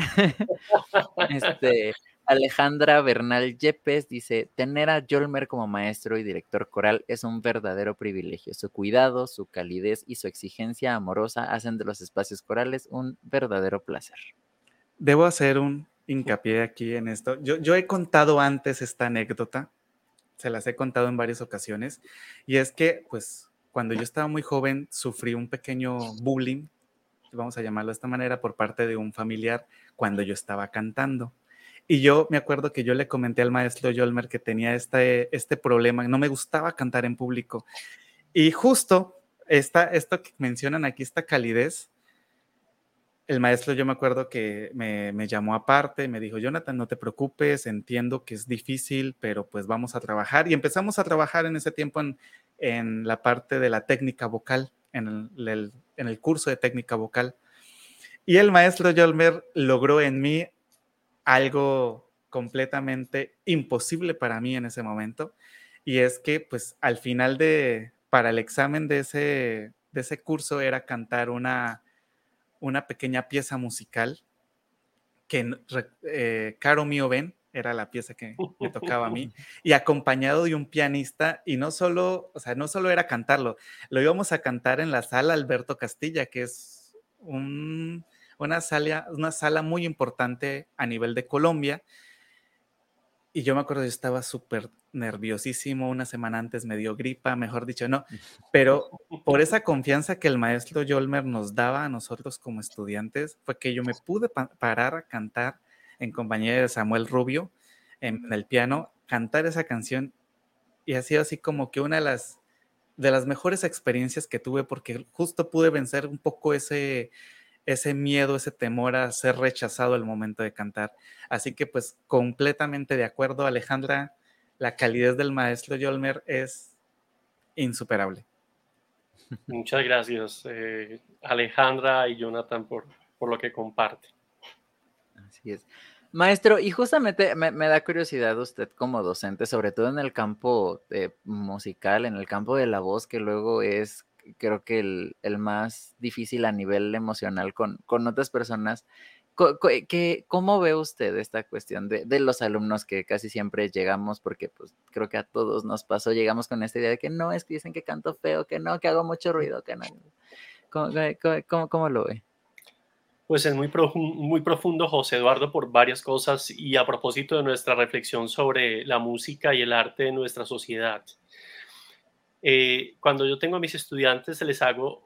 Alejandra Bernal Yepes dice, tener a Yolmer como maestro y director coral es un verdadero privilegio. Su cuidado, su calidez y su exigencia amorosa hacen de los espacios corales un verdadero placer. Debo hacer un hincapié aquí en esto. Yo he contado antes esta anécdota, se las he contado en varias ocasiones, y es que, pues, cuando yo estaba muy joven, sufrí un pequeño bullying, vamos a llamarlo de esta manera, por parte de un familiar cuando yo estaba cantando. Y yo me acuerdo que yo le comenté al maestro Yolmer que tenía este problema, no me gustaba cantar en público. Y justo esto que mencionan aquí, esta calidez, el maestro, yo me acuerdo que me llamó aparte, me dijo, Jonathan, no te preocupes, entiendo que es difícil, pero pues vamos a trabajar. Y empezamos a trabajar en ese tiempo en la parte de la técnica vocal, en el curso de técnica vocal. Y el maestro Yolmer logró en mí algo completamente imposible para mí en ese momento. Y es que pues al final para el examen de ese curso era cantar una pequeña pieza musical que Caro Mio Ven era la pieza que me tocaba a mí, y acompañado de un pianista, y no solo era cantarlo, lo íbamos a cantar en la sala Alberto Castilla, que es una sala muy importante a nivel de Colombia. Y yo me acuerdo, yo estaba súper nerviosísimo, una semana antes me dio gripa, mejor dicho, no, pero por esa confianza que el maestro Yolmer nos daba a nosotros como estudiantes, fue que yo me pude parar a cantar en compañía de Samuel Rubio en el piano, cantar esa canción, y ha sido así como que una de las mejores experiencias que tuve, porque justo pude vencer un poco ese miedo, ese temor a ser rechazado al momento de cantar. Así que pues completamente de acuerdo, Alejandra, la calidez del maestro Yolmer es insuperable. Muchas gracias, Alejandra y Jonathan, por lo que comparten. Así es. Maestro, y justamente me da curiosidad usted como docente, sobre todo en el campo musical, en el campo de la voz, que luego es, creo que el más difícil a nivel emocional con otras personas. ¿Cómo ve usted esta cuestión de los alumnos que casi siempre llegamos, porque pues creo que a todos nos pasó, llegamos con esta idea de que no, es que dicen que canto feo, que no, que hago mucho ruido, que no? ¿Cómo lo ve? Pues es muy profundo, José Eduardo, por varias cosas y a propósito de nuestra reflexión sobre la música y el arte en nuestra sociedad. Cuando yo tengo a mis estudiantes les hago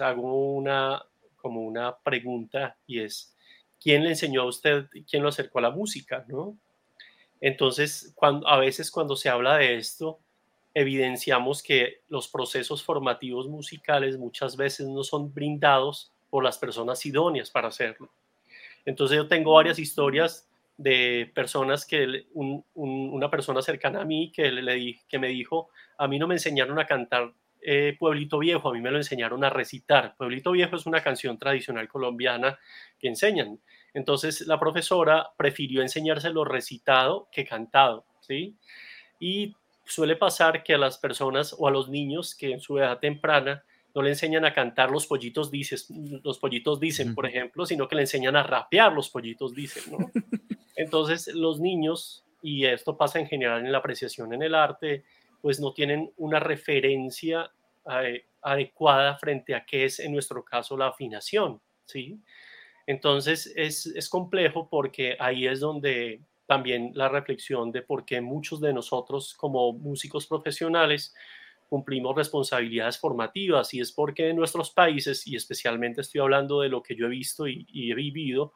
como una pregunta y es, ¿quién le enseñó a usted, quién lo acercó a la música, ¿no? Entonces, a veces cuando se habla de esto, evidenciamos que los procesos formativos musicales muchas veces no son brindados por las personas idóneas para hacerlo. Entonces yo tengo varias historias de personas una persona cercana a mí que me dijo, a mí no me enseñaron a cantar Pueblito Viejo, a mí me lo enseñaron a recitar. Pueblito Viejo es una canción tradicional colombiana que enseñan. Entonces la profesora prefirió enseñárselo recitado que cantado, ¿sí? Y suele pasar que a las personas o a los niños que en su edad temprana no le enseñan a cantar los pollitos dicen, por ejemplo, sino que le enseñan a rapear los pollitos dicen, ¿no? Entonces los niños, y esto pasa en general en la apreciación en el arte, pues no tienen una referencia adecuada frente a qué es en nuestro caso la afinación, ¿sí? Entonces es complejo porque ahí es donde también la reflexión de por qué muchos de nosotros como músicos profesionales cumplimos responsabilidades formativas y es porque en nuestros países, y especialmente estoy hablando de lo que yo he visto y he vivido,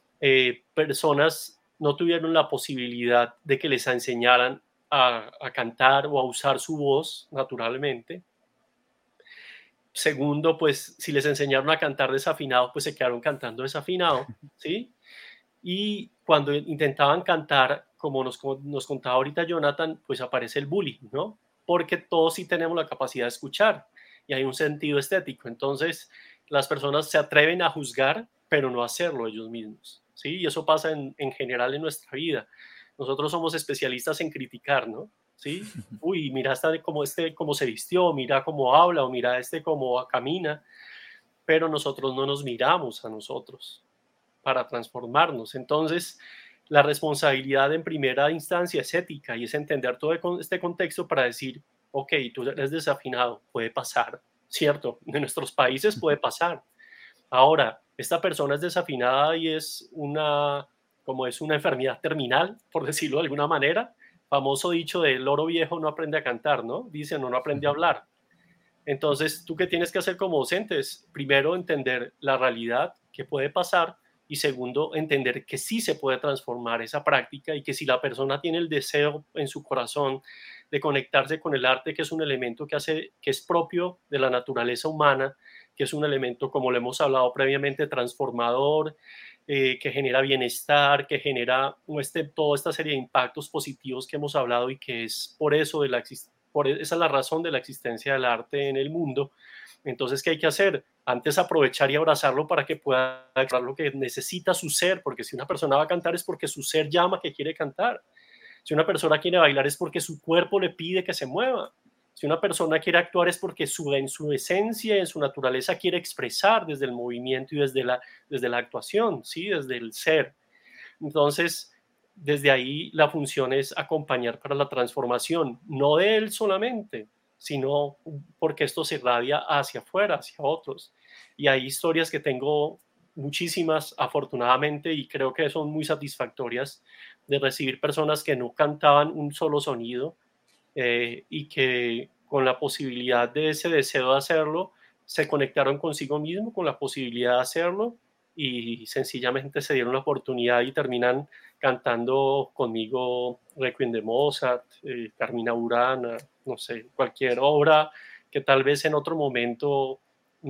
personas no tuvieron la posibilidad de que les enseñaran a cantar o a usar su voz naturalmente. Segundo, pues si les enseñaron a cantar desafinado, pues se quedaron cantando desafinado, ¿sí? Y cuando intentaban cantar, como nos contaba ahorita Jonathan, pues aparece el bullying, ¿no? Porque todos sí tenemos la capacidad de escuchar y hay un sentido estético. Entonces, las personas se atreven a juzgar, pero no a hacerlo ellos mismos, ¿sí? Y eso pasa en general en nuestra vida. Nosotros somos especialistas en criticar, ¿no? ¿Sí? Uy, mira cómo se vistió, mira cómo habla o mira cómo camina, pero nosotros no nos miramos a nosotros para transformarnos. Entonces, la responsabilidad en primera instancia es ética y es entender todo este contexto para decir, ok, tú eres desafinado, puede pasar, ¿cierto? En nuestros países puede pasar. Ahora, esta persona es desafinada y como es una enfermedad terminal, por decirlo de alguna manera, famoso dicho de loro viejo no aprende a cantar, ¿no? Dicen, no aprende a hablar. Entonces, ¿tú qué tienes que hacer como docentes? Primero, entender la realidad que puede pasar y segundo, entender que sí se puede transformar esa práctica y que si la persona tiene el deseo en su corazón de conectarse con el arte, que es un elemento que es propio de la naturaleza humana, que es un elemento, como lo hemos hablado previamente, transformador, que genera bienestar, que genera toda esta serie de impactos positivos que hemos hablado y que es por eso esa es la razón de la existencia del arte en el mundo. Entonces, ¿qué hay que hacer? Antes aprovechar y abrazarlo para que pueda expresar lo que necesita su ser, porque si una persona va a cantar es porque su ser llama que quiere cantar. Si una persona quiere bailar es porque su cuerpo le pide que se mueva. Si una persona quiere actuar es porque en su esencia, en su naturaleza quiere expresar desde el movimiento y desde la actuación, ¿sí? Desde el ser. Entonces, desde ahí la función es acompañar para la transformación, no de él solamente, sino porque esto se irradia hacia afuera, hacia otros. Y hay historias que tengo muchísimas, afortunadamente, y creo que son muy satisfactorias de recibir personas que no cantaban un solo sonido y que con la posibilidad de ese deseo de hacerlo, se conectaron consigo mismo con la posibilidad de hacerlo y sencillamente se dieron la oportunidad y terminan cantando conmigo Requiem de Mozart, Carmina Burana, no sé, cualquier obra que tal vez en otro momento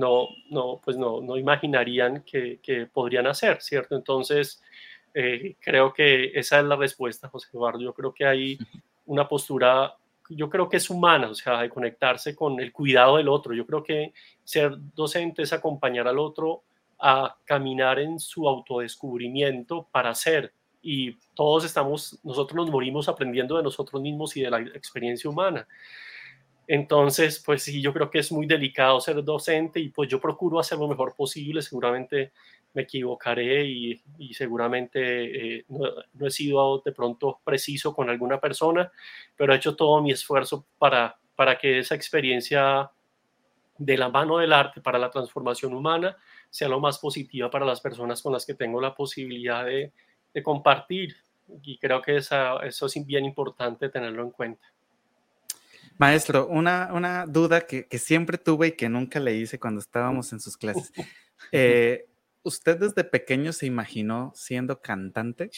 no imaginarían que podrían hacer, ¿cierto? Entonces, creo que esa es la respuesta, José Eduardo. Yo creo que hay una postura, yo creo que es humana, o sea, de conectarse con el cuidado del otro. Yo creo que ser docente es acompañar al otro a caminar en su autodescubrimiento para ser. Y nosotros nos morimos aprendiendo de nosotros mismos y de la experiencia humana. Entonces, pues sí, yo creo que es muy delicado ser docente y pues yo procuro hacer lo mejor posible. Seguramente me equivocaré y seguramente no he sido de pronto preciso con alguna persona, pero he hecho todo mi esfuerzo para que esa experiencia de la mano del arte para la transformación humana sea lo más positiva para las personas con las que tengo la posibilidad de compartir. Y creo que eso es bien importante tenerlo en cuenta. Maestro, una duda que siempre tuve y que nunca le hice cuando estábamos en sus clases. ¿Usted desde pequeño se imaginó siendo cantante?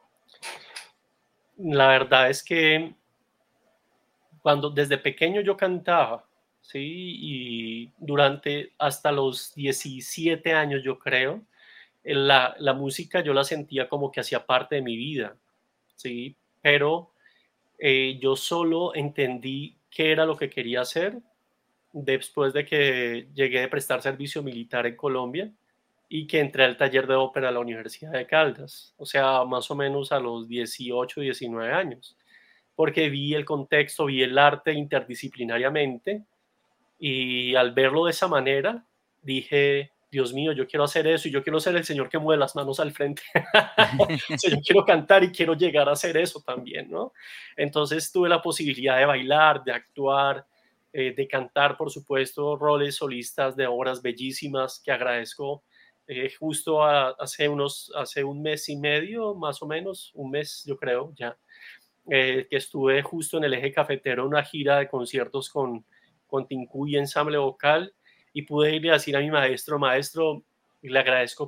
La verdad es que desde pequeño yo cantaba, ¿sí? Y durante hasta los 17 años, yo creo, la música yo la sentía como que hacía parte de mi vida, ¿sí? Pero yo solo entendí qué era lo que quería hacer después de que llegué de prestar servicio militar en Colombia y que entré al taller de ópera de la Universidad de Caldas, o sea, más o menos a los 18, 19 años, porque vi el contexto, vi el arte interdisciplinariamente y al verlo de esa manera dije, Dios mío, yo quiero hacer eso y yo quiero ser el señor que mueve las manos al frente. O sea, yo quiero cantar y quiero llegar a hacer eso también, ¿no? Entonces tuve la posibilidad de bailar, de actuar, de cantar, por supuesto, roles solistas de obras bellísimas que agradezco. Justo hace un mes y medio, más o menos, un mes yo creo ya, que estuve justo en el Eje Cafetero, una gira de conciertos con Tincuy Ensamble Vocal, y pude irle a decir a mi maestro, y le agradezco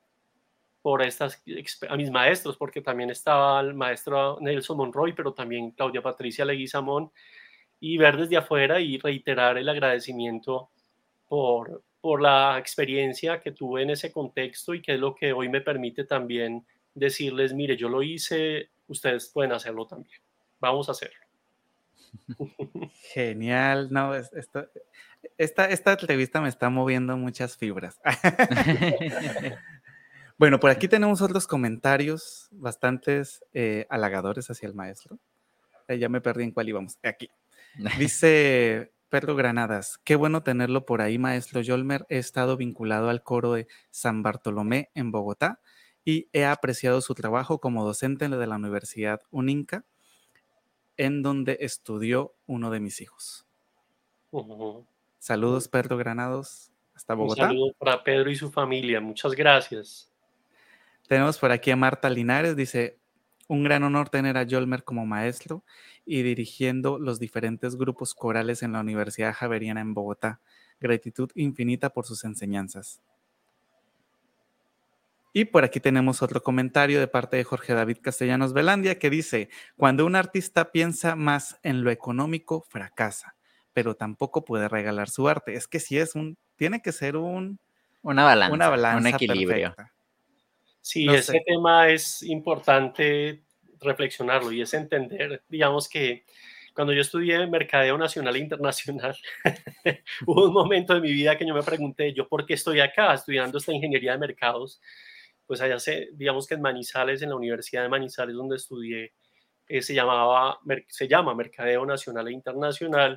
a mis maestros, porque también estaba el maestro Nelson Monroy, pero también Claudia Patricia Leguizamón, y ver desde afuera y reiterar el agradecimiento por la experiencia que tuve en ese contexto y que es lo que hoy me permite también decirles, mire, yo lo hice, ustedes pueden hacerlo también. Vamos a hacerlo. Genial. No, esta entrevista me está moviendo muchas fibras. Bueno, por aquí tenemos otros comentarios bastantes halagadores hacia el maestro. Ya me perdí en cuál íbamos. Aquí. Dice Pedro Granadas, qué bueno tenerlo por ahí, maestro Yolmer. He estado vinculado al coro de San Bartolomé en Bogotá y he apreciado su trabajo como docente de la Universidad UNINCA, en donde estudió uno de mis hijos. Saludos, Pedro Granados, hasta Bogotá. Un saludo para Pedro y su familia. Muchas gracias. Tenemos por aquí a Marta Linares, dice, un gran honor tener a Yolmer como maestro y dirigiendo los diferentes grupos corales en la Universidad Javeriana en Bogotá. Gratitud infinita por sus enseñanzas. Y por aquí tenemos otro comentario de parte de Jorge David Castellanos Velandia que dice, cuando un artista piensa más en lo económico, fracasa, pero tampoco puede regalar su arte. Es que sí tiene que ser una balanza, un equilibrio. Perfecta. Sí, no ese tema es importante reflexionarlo y es entender, digamos que cuando yo estudié Mercadeo Nacional e Internacional, hubo un momento de mi vida que yo me pregunté, ¿yo por qué estoy acá estudiando esta ingeniería de mercados? Pues allá digamos que en Manizales, en la Universidad de Manizales donde estudié, se llama Mercadeo Nacional e Internacional.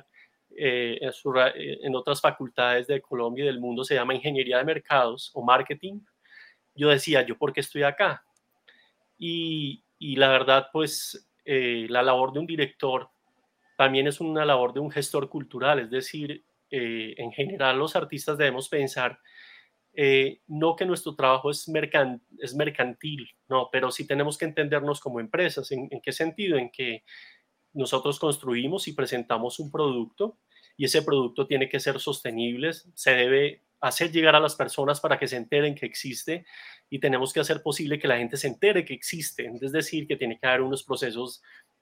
En otras facultades de Colombia y del mundo se llama Ingeniería de Mercados o Marketing. Yo decía, ¿yo por qué estoy acá? Y la verdad, pues, la labor de un director también es una labor de un gestor cultural, es decir, en general los artistas debemos pensar no que nuestro trabajo es mercantil, no, pero sí tenemos que entendernos como empresas. ¿En qué sentido? En que nosotros construimos y presentamos un producto y ese producto tiene que ser sostenible, se debe hacer llegar a las personas para que se enteren que existe y tenemos que hacer posible que la gente se entere que existe, es decir, que tiene que haber unos procesos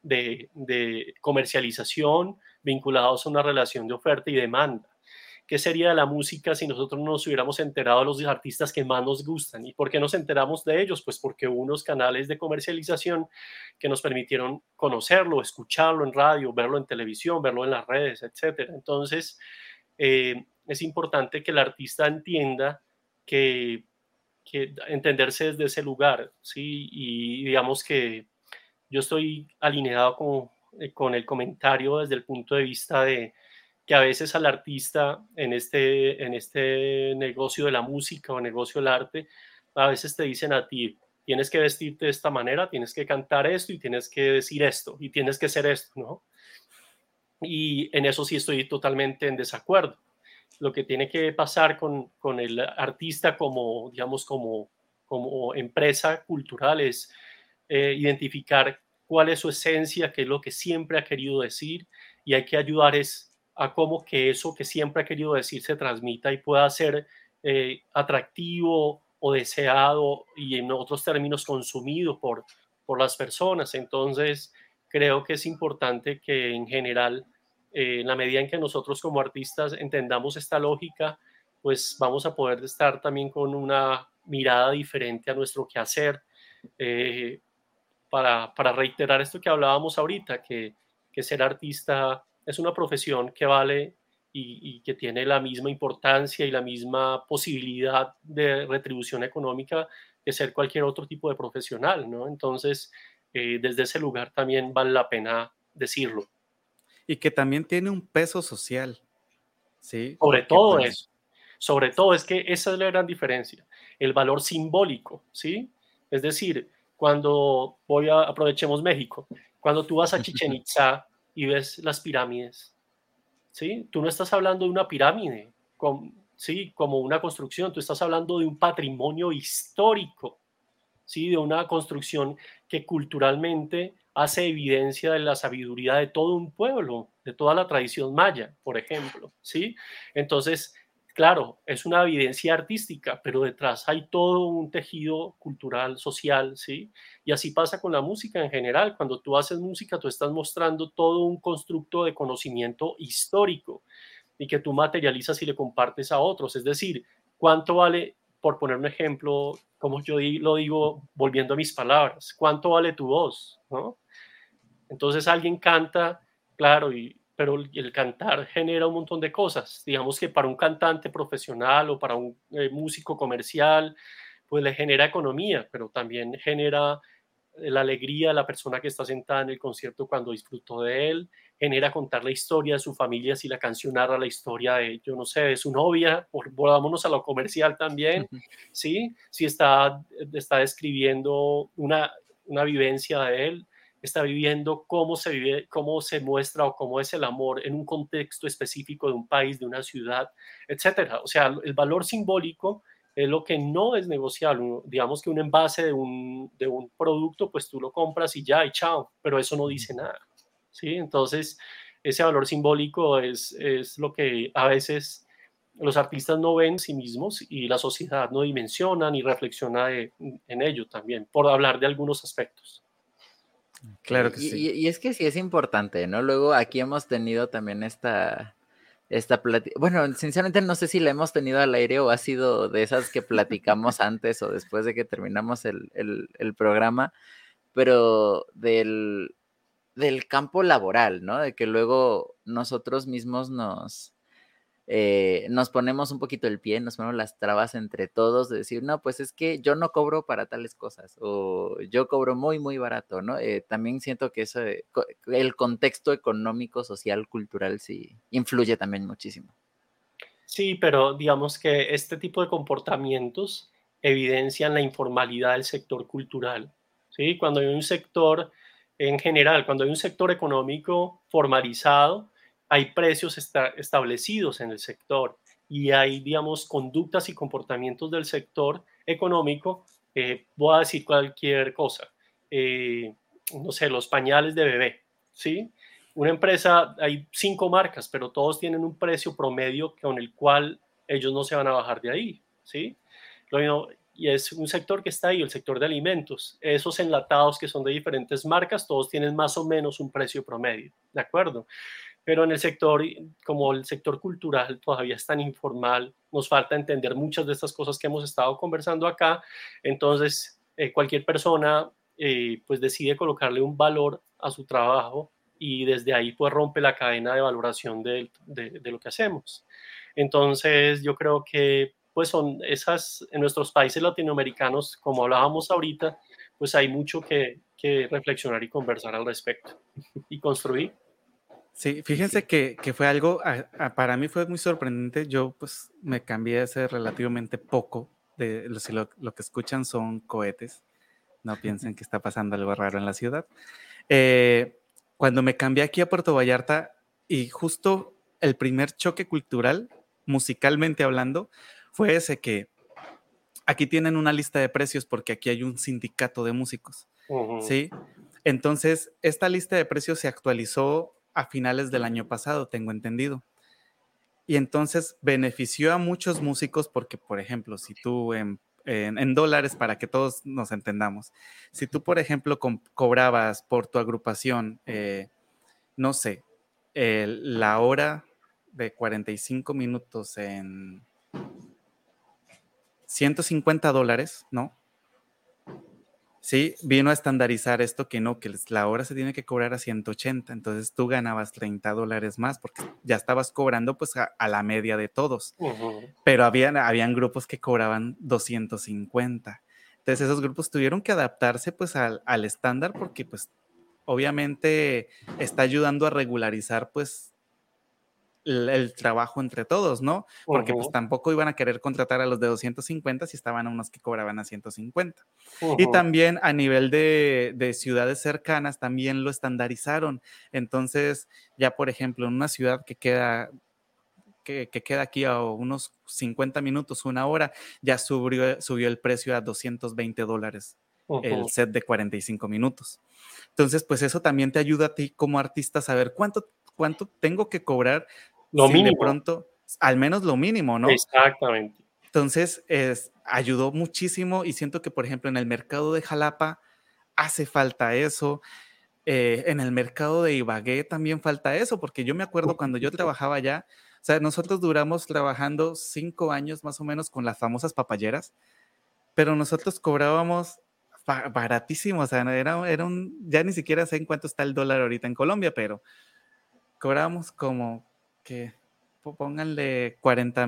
de comercialización vinculados a una relación de oferta y demanda. ¿Qué sería de la música si nosotros no nos hubiéramos enterado de los artistas que más nos gustan? ¿Y por qué nos enteramos de ellos? Pues porque hubo unos canales de comercialización que nos permitieron conocerlo, escucharlo en radio, verlo en televisión, verlo en las redes, etc. Entonces, es importante que el artista entienda que entenderse desde ese lugar, ¿sí? Y digamos que yo estoy alineado con el comentario desde el punto de vista de que a veces al artista en este negocio de la música o negocio del arte, a veces te dicen a ti, tienes que vestirte de esta manera, tienes que cantar esto y tienes que decir esto y tienes que hacer esto, ¿no? Y en eso sí estoy totalmente en desacuerdo. lo que tiene que pasar con el artista como, digamos, como empresa cultural es identificar cuál es su esencia, qué es lo que siempre ha querido decir, y hay que ayudar a cómo que eso que siempre ha querido decir se transmita y pueda ser atractivo o deseado y en otros términos consumido por las personas. Entonces, creo que es importante que en general, en la medida en que nosotros como artistas entendamos esta lógica, pues vamos a poder estar también con una mirada diferente a nuestro quehacer. Para reiterar esto que hablábamos ahorita, que ser artista es una profesión que vale y que tiene la misma importancia y la misma posibilidad de retribución económica que ser cualquier otro tipo de profesional, ¿no? Entonces, desde ese lugar también vale la pena decirlo. Y que también tiene un peso social, ¿sí? Sobre Porque, todo pues, eso. Sobre todo es que esa es la gran diferencia, el valor simbólico, ¿sí? Es decir, cuando aprovechemos México, cuando tú vas a Chichén Itzá y ves las pirámides, ¿sí? Tú no estás hablando de una pirámide, ¿sí? Como una construcción, tú estás hablando de un patrimonio histórico, ¿sí? De una construcción que culturalmente hace evidencia de la sabiduría de todo un pueblo, de toda la tradición maya, por ejemplo, ¿sí? Entonces, claro, es una evidencia artística, pero detrás hay todo un tejido cultural, social, ¿sí? Y así pasa con la música en general. Cuando tú haces música, tú estás mostrando todo un constructo de conocimiento histórico y que tú materializas y le compartes a otros. Es decir, ¿cuánto vale, por poner un ejemplo, como yo lo digo, volviendo a mis palabras, cuánto vale tu voz, ¿no? Entonces alguien canta, claro, pero el cantar genera un montón de cosas. Digamos que para un cantante profesional o para un músico comercial, pues le genera economía, pero también genera la alegría de la persona que está sentada en el concierto cuando disfrutó de él, genera contar la historia de su familia si la canción narra la historia de, yo no sé, de su novia, volvámonos a lo comercial también, ¿sí? Si está describiendo una vivencia de él, está viviendo cómo se vive, cómo se muestra o cómo es el amor en un contexto específico de un país, de una ciudad, etcétera. O sea, el valor simbólico es lo que no es negociable. Digamos que un envase de un producto, pues tú lo compras y ya, y chao, pero eso no dice nada, ¿sí? Entonces, ese valor simbólico es lo que a veces los artistas no ven en sí mismos y la sociedad no dimensiona ni reflexiona en ello también, por hablar de algunos aspectos. Claro que sí. Y es que sí es importante, ¿no? Luego aquí hemos tenido también esta plática. Bueno, sinceramente no sé si la hemos tenido al aire o ha sido de esas que platicamos antes o después de que terminamos el programa, pero del campo laboral, ¿no? De que luego nosotros mismos nos ponemos un poquito el pie, nos ponemos las trabas entre todos de decir, no, pues es que yo no cobro para tales cosas o yo cobro muy, muy barato, ¿no? También siento que eso, el contexto económico, social, cultural, sí influye también muchísimo. Sí, pero digamos que este tipo de comportamientos evidencian la informalidad del sector cultural, ¿sí? Cuando hay un sector, en general, cuando hay un sector económico formalizado, hay precios establecidos en el sector y hay, digamos, conductas y comportamientos del sector económico. Voy a decir cualquier cosa, no sé, los pañales de bebé, ¿sí? Una empresa, hay 5 marcas, pero todos tienen un precio promedio con el cual ellos no se van a bajar de ahí, ¿sí? Y es un sector que está ahí, el sector de alimentos. Esos enlatados que son de diferentes marcas, todos tienen más o menos un precio promedio, ¿de acuerdo? Pero en el sector, como el sector cultural todavía es tan informal, nos falta entender muchas de estas cosas que hemos estado conversando acá. Entonces, cualquier persona pues decide colocarle un valor a su trabajo y desde ahí pues rompe la cadena de valoración de lo que hacemos. Entonces yo creo que pues son esas, en nuestros países latinoamericanos, como hablábamos ahorita, pues hay mucho que reflexionar y conversar al respecto y construir. Sí, fíjense Sí. que fue algo, para mí fue muy sorprendente. Yo pues me cambié hace relativamente poco. Si lo que escuchan son cohetes, no piensen que está pasando algo raro en la ciudad. Cuando me cambié aquí a Puerto Vallarta y justo el primer choque cultural musicalmente hablando, fue ese que aquí tienen una lista de precios porque aquí hay un sindicato de músicos, ¿sí? Entonces, esta lista de precios se actualizó a finales del año pasado, tengo entendido. Y entonces benefició a muchos músicos porque, por ejemplo, si tú en dólares, para que todos nos entendamos, si tú, por ejemplo, cobrabas por tu agrupación, no sé, la hora de 45 minutos en $150, ¿no? Sí, vino a estandarizar esto que no, que la hora se tiene que cobrar a 180, entonces tú ganabas $30 más porque ya estabas cobrando pues a la media de todos, pero habían grupos que cobraban 250, entonces esos grupos tuvieron que adaptarse pues al estándar porque pues obviamente está ayudando a regularizar pues el trabajo entre todos, ¿no? Porque pues tampoco iban a querer contratar a los de 250 si estaban a unos que cobraban a 150. Y también a nivel de ciudades cercanas también lo estandarizaron. Entonces, ya por ejemplo, en una ciudad que queda aquí a unos 50 minutos, una hora, ya subió el precio a $220 el set de 45 minutos. Entonces, pues eso también te ayuda a ti como artista a saber cuánto tengo que cobrar. Lo mínimo. De pronto, al menos lo mínimo, ¿no? Exactamente. Entonces, ayudó muchísimo y siento que, por ejemplo, en el mercado de Jalapa hace falta eso. En el mercado de Ibagué también falta eso, porque yo me acuerdo cuando yo trabajaba allá, o sea, nosotros duramos trabajando 5 años más o menos con las famosas papayeras, pero nosotros cobrábamos baratísimo, o sea, ya ni siquiera sé en cuánto está el dólar ahorita en Colombia, pero cobrábamos como que pónganle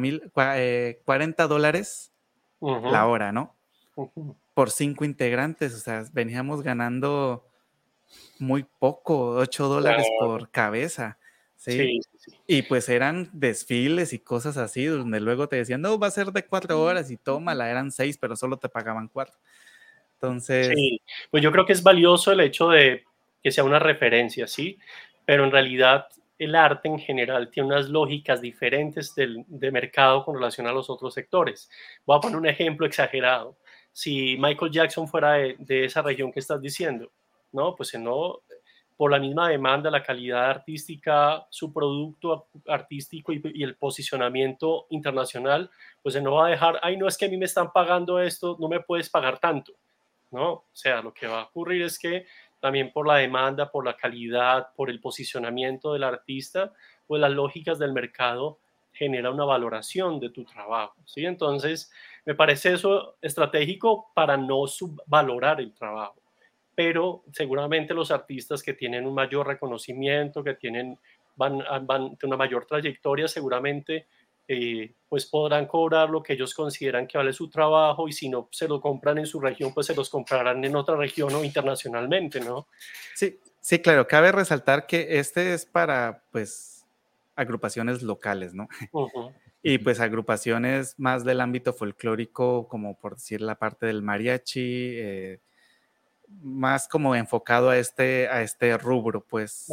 $40 la hora, ¿no? Por 5 integrantes, o sea, veníamos ganando muy poco, $8 por cabeza, ¿sí? Sí. Y pues eran desfiles y cosas así, donde luego te decían, no, va a ser de 4 horas y tómala, eran 6, pero solo te pagaban 4. Entonces... Sí, pues yo creo que es valioso el hecho de que sea una referencia, ¿sí? Pero en realidad el arte en general tiene unas lógicas diferentes de mercado con relación a los otros sectores. Voy a poner un ejemplo exagerado. Si Michael Jackson fuera de esa región que estás diciendo, ¿no? Pues no, por la misma demanda, la calidad artística, su producto artístico y el posicionamiento internacional, pues se no va a dejar, ay, no es que a mí me están pagando esto, no me puedes pagar tanto, ¿no? O sea, lo que va a ocurrir es que también por la demanda, por la calidad, por el posicionamiento del artista, pues las lógicas del mercado genera una valoración de tu trabajo, ¿sí? Entonces, me parece eso estratégico para no subvalorar el trabajo, pero seguramente los artistas que tienen un mayor reconocimiento, que van de una mayor trayectoria, seguramente pues podrán cobrar lo que ellos consideran que vale su trabajo, y si no se lo compran en su región, pues se los comprarán en otra región o internacionalmente, ¿no? Sí, sí, claro. Cabe resaltar que este es para, pues, agrupaciones locales, ¿no? Y pues agrupaciones más del ámbito folclórico, como por decir la parte del mariachi, más como enfocado a este rubro, pues,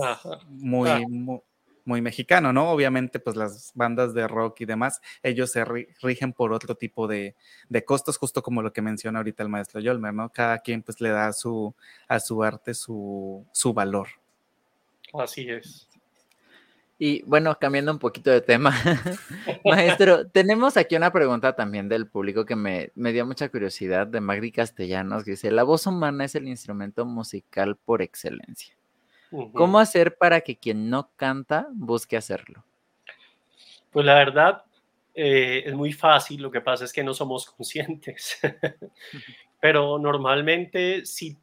muy mexicano, ¿no? Obviamente, pues las bandas de rock y demás, ellos se rigen por otro tipo de costos, justo como lo que menciona ahorita el maestro Yolmer, ¿no? Cada quien pues le da a su arte su valor. Así es. Y bueno, cambiando un poquito de tema, maestro, tenemos aquí una pregunta también del público que me dio mucha curiosidad, de Magdi Castellanos, que dice, la voz humana es el instrumento musical por excelencia. ¿Cómo hacer para que quien no canta busque hacerlo? Pues la verdad es muy fácil, lo que pasa es que no somos conscientes. Pero normalmente si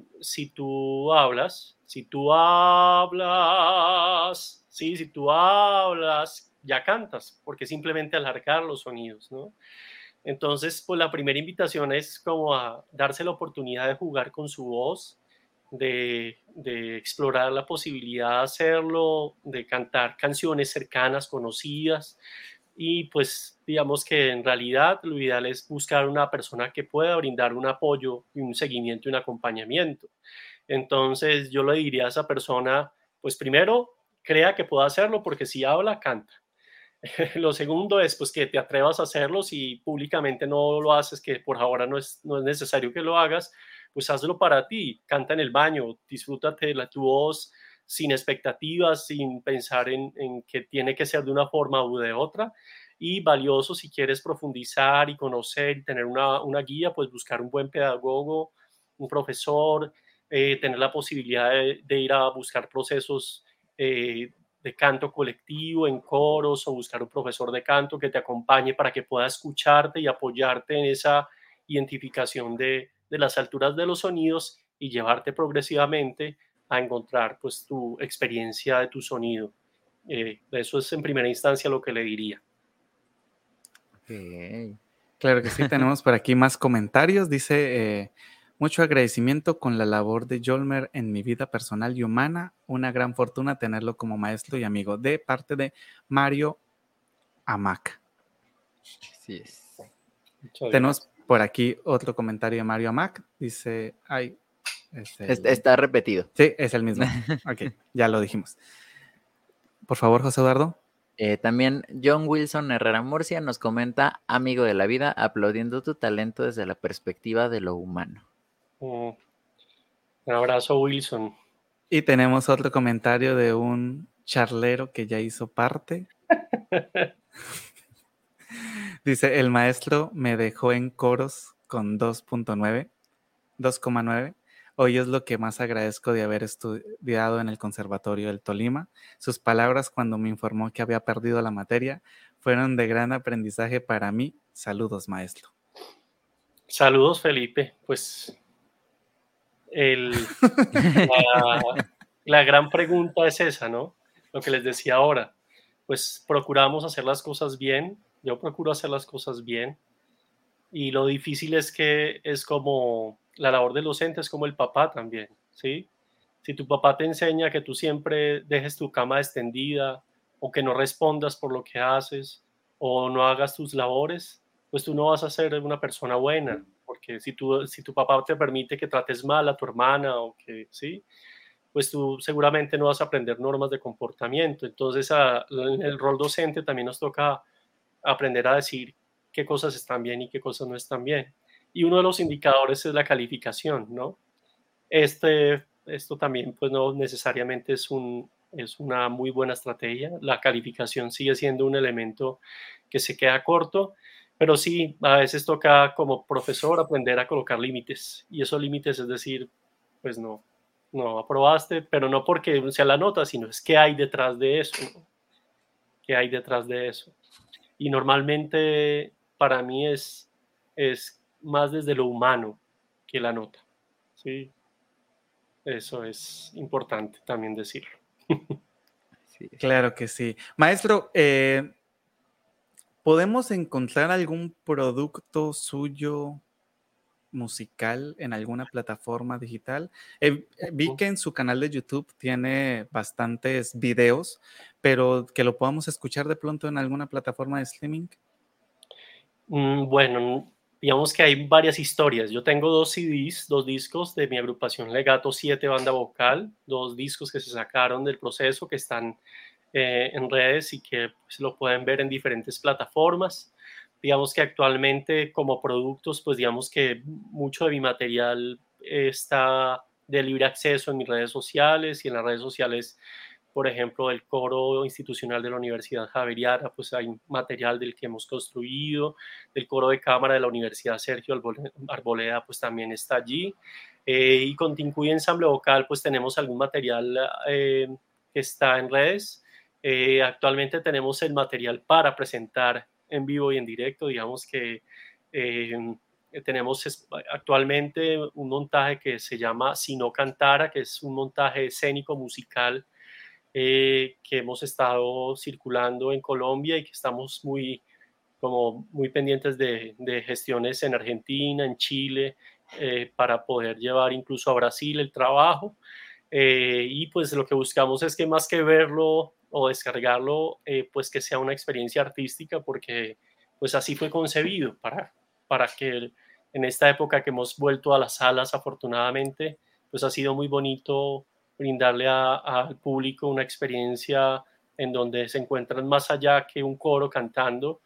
tú hablas, ya cantas, porque simplemente alargar los sonidos, ¿no? Entonces, pues la primera invitación es como a darse la oportunidad de jugar con su voz, de explorar la posibilidad de hacerlo, de cantar canciones cercanas, conocidas, y pues digamos que en realidad lo ideal es buscar una persona que pueda brindar un apoyo y un seguimiento y un acompañamiento. Entonces yo le diría a esa persona, pues primero, crea que pueda hacerlo, porque si habla, canta. Lo segundo es pues que te atrevas a hacerlo. Si públicamente no lo haces, que por ahora no es necesario que lo hagas, pues hazlo para ti. Canta en el baño, disfrútate de tu voz sin expectativas, sin pensar en que tiene que ser de una forma u de otra. Y valioso, si quieres profundizar y conocer y tener una guía, pues buscar un buen pedagogo, un profesor, tener la posibilidad de ir a buscar procesos de canto colectivo, en coros, o buscar un profesor de canto que te acompañe para que pueda escucharte y apoyarte en esa identificación de las alturas de los sonidos y llevarte progresivamente a encontrar pues tu experiencia de tu sonido. Eso es en primera instancia lo que le diría. Ok. Claro que sí, tenemos por aquí más comentarios. Dice, mucho agradecimiento con la labor de Yolmer en mi vida personal y humana. Una gran fortuna tenerlo como maestro y amigo. De parte de Mario Amac. Así es. Muchas Tenemos gracias. por aquí otro comentario de Mario Amac. Dice, ay, Está repetido. Sí, es el mismo. Ok, ya lo dijimos. Por favor, José Eduardo. También John Wilson Herrera Murcia nos comenta, amigo de la vida, aplaudiendo tu talento desde la perspectiva de lo humano. Un abrazo, Wilson. Y tenemos otro comentario de un charlero que ya hizo parte. Dice, el maestro me dejó en coros con 2,9. Hoy es lo que más agradezco de haber estudiado en el Conservatorio del Tolima. Sus palabras cuando me informó que había perdido la materia fueron de gran aprendizaje para mí. Saludos, maestro. Saludos, Felipe. Pues la gran pregunta es esa, ¿no? Lo que les decía ahora. Pues procuramos hacer las cosas bien. Yo procuro hacer las cosas bien. Y lo difícil es que es como la labor del docente, es como el papá también, ¿sí? Si tu papá te enseña que tú siempre dejes tu cama extendida o que no respondas por lo que haces o no hagas tus labores, pues tú no vas a ser una persona buena, porque si tu papá te permite que trates mal a tu hermana o que, ¿sí? Pues tú seguramente no vas a aprender normas de comportamiento. Entonces, en el rol docente también nos toca aprender a decir qué cosas están bien y qué cosas no están bien. Y uno de los indicadores es la calificación, ¿no? Esto también, pues no necesariamente es una muy buena estrategia. La calificación sigue siendo un elemento que se queda corto, pero sí, a veces toca como profesor aprender a colocar límites. Y esos límites es decir, pues no aprobaste, pero no porque sea la nota, sino es qué hay detrás de eso, ¿no? ¿Qué hay detrás de eso? Y normalmente para mí es más desde lo humano que la nota, ¿sí? Eso es importante también decirlo. Sí. Claro que sí. Maestro, ¿podemos encontrar algún producto suyo musical en alguna plataforma digital? Vi que en su canal de YouTube tiene bastantes videos, pero que lo podamos escuchar de pronto en alguna plataforma de streaming. Bueno, digamos que hay varias historias. Yo tengo 2 CDs, 2 discos de mi agrupación Legato 7 Banda Vocal, 2 discos que se sacaron del proceso, que están en redes y que pues, lo pueden ver en diferentes plataformas. Digamos que actualmente como productos, pues digamos que mucho de mi material está de libre acceso en mis redes sociales y en las redes sociales, por ejemplo, del coro institucional de la Universidad Javeriana, pues hay material del que hemos construido, del coro de cámara de la Universidad Sergio Arboleda, pues también está allí. Y con Tincuy Ensamble Vocal, pues tenemos algún material que está en redes. Actualmente tenemos el material para presentar en vivo y en directo, digamos que tenemos actualmente un montaje que se llama Si no cantara, que es un montaje escénico musical que hemos estado circulando en Colombia y que estamos muy pendientes de gestiones en Argentina, en Chile, para poder llevar incluso a Brasil el trabajo. Y pues lo que buscamos es que más que verlo o descargarlo, pues que sea una experiencia artística, porque pues así fue concebido para que en esta época que hemos vuelto a las salas, afortunadamente, pues ha sido muy bonito brindarle al público una experiencia en donde se encuentran más allá que un coro cantando,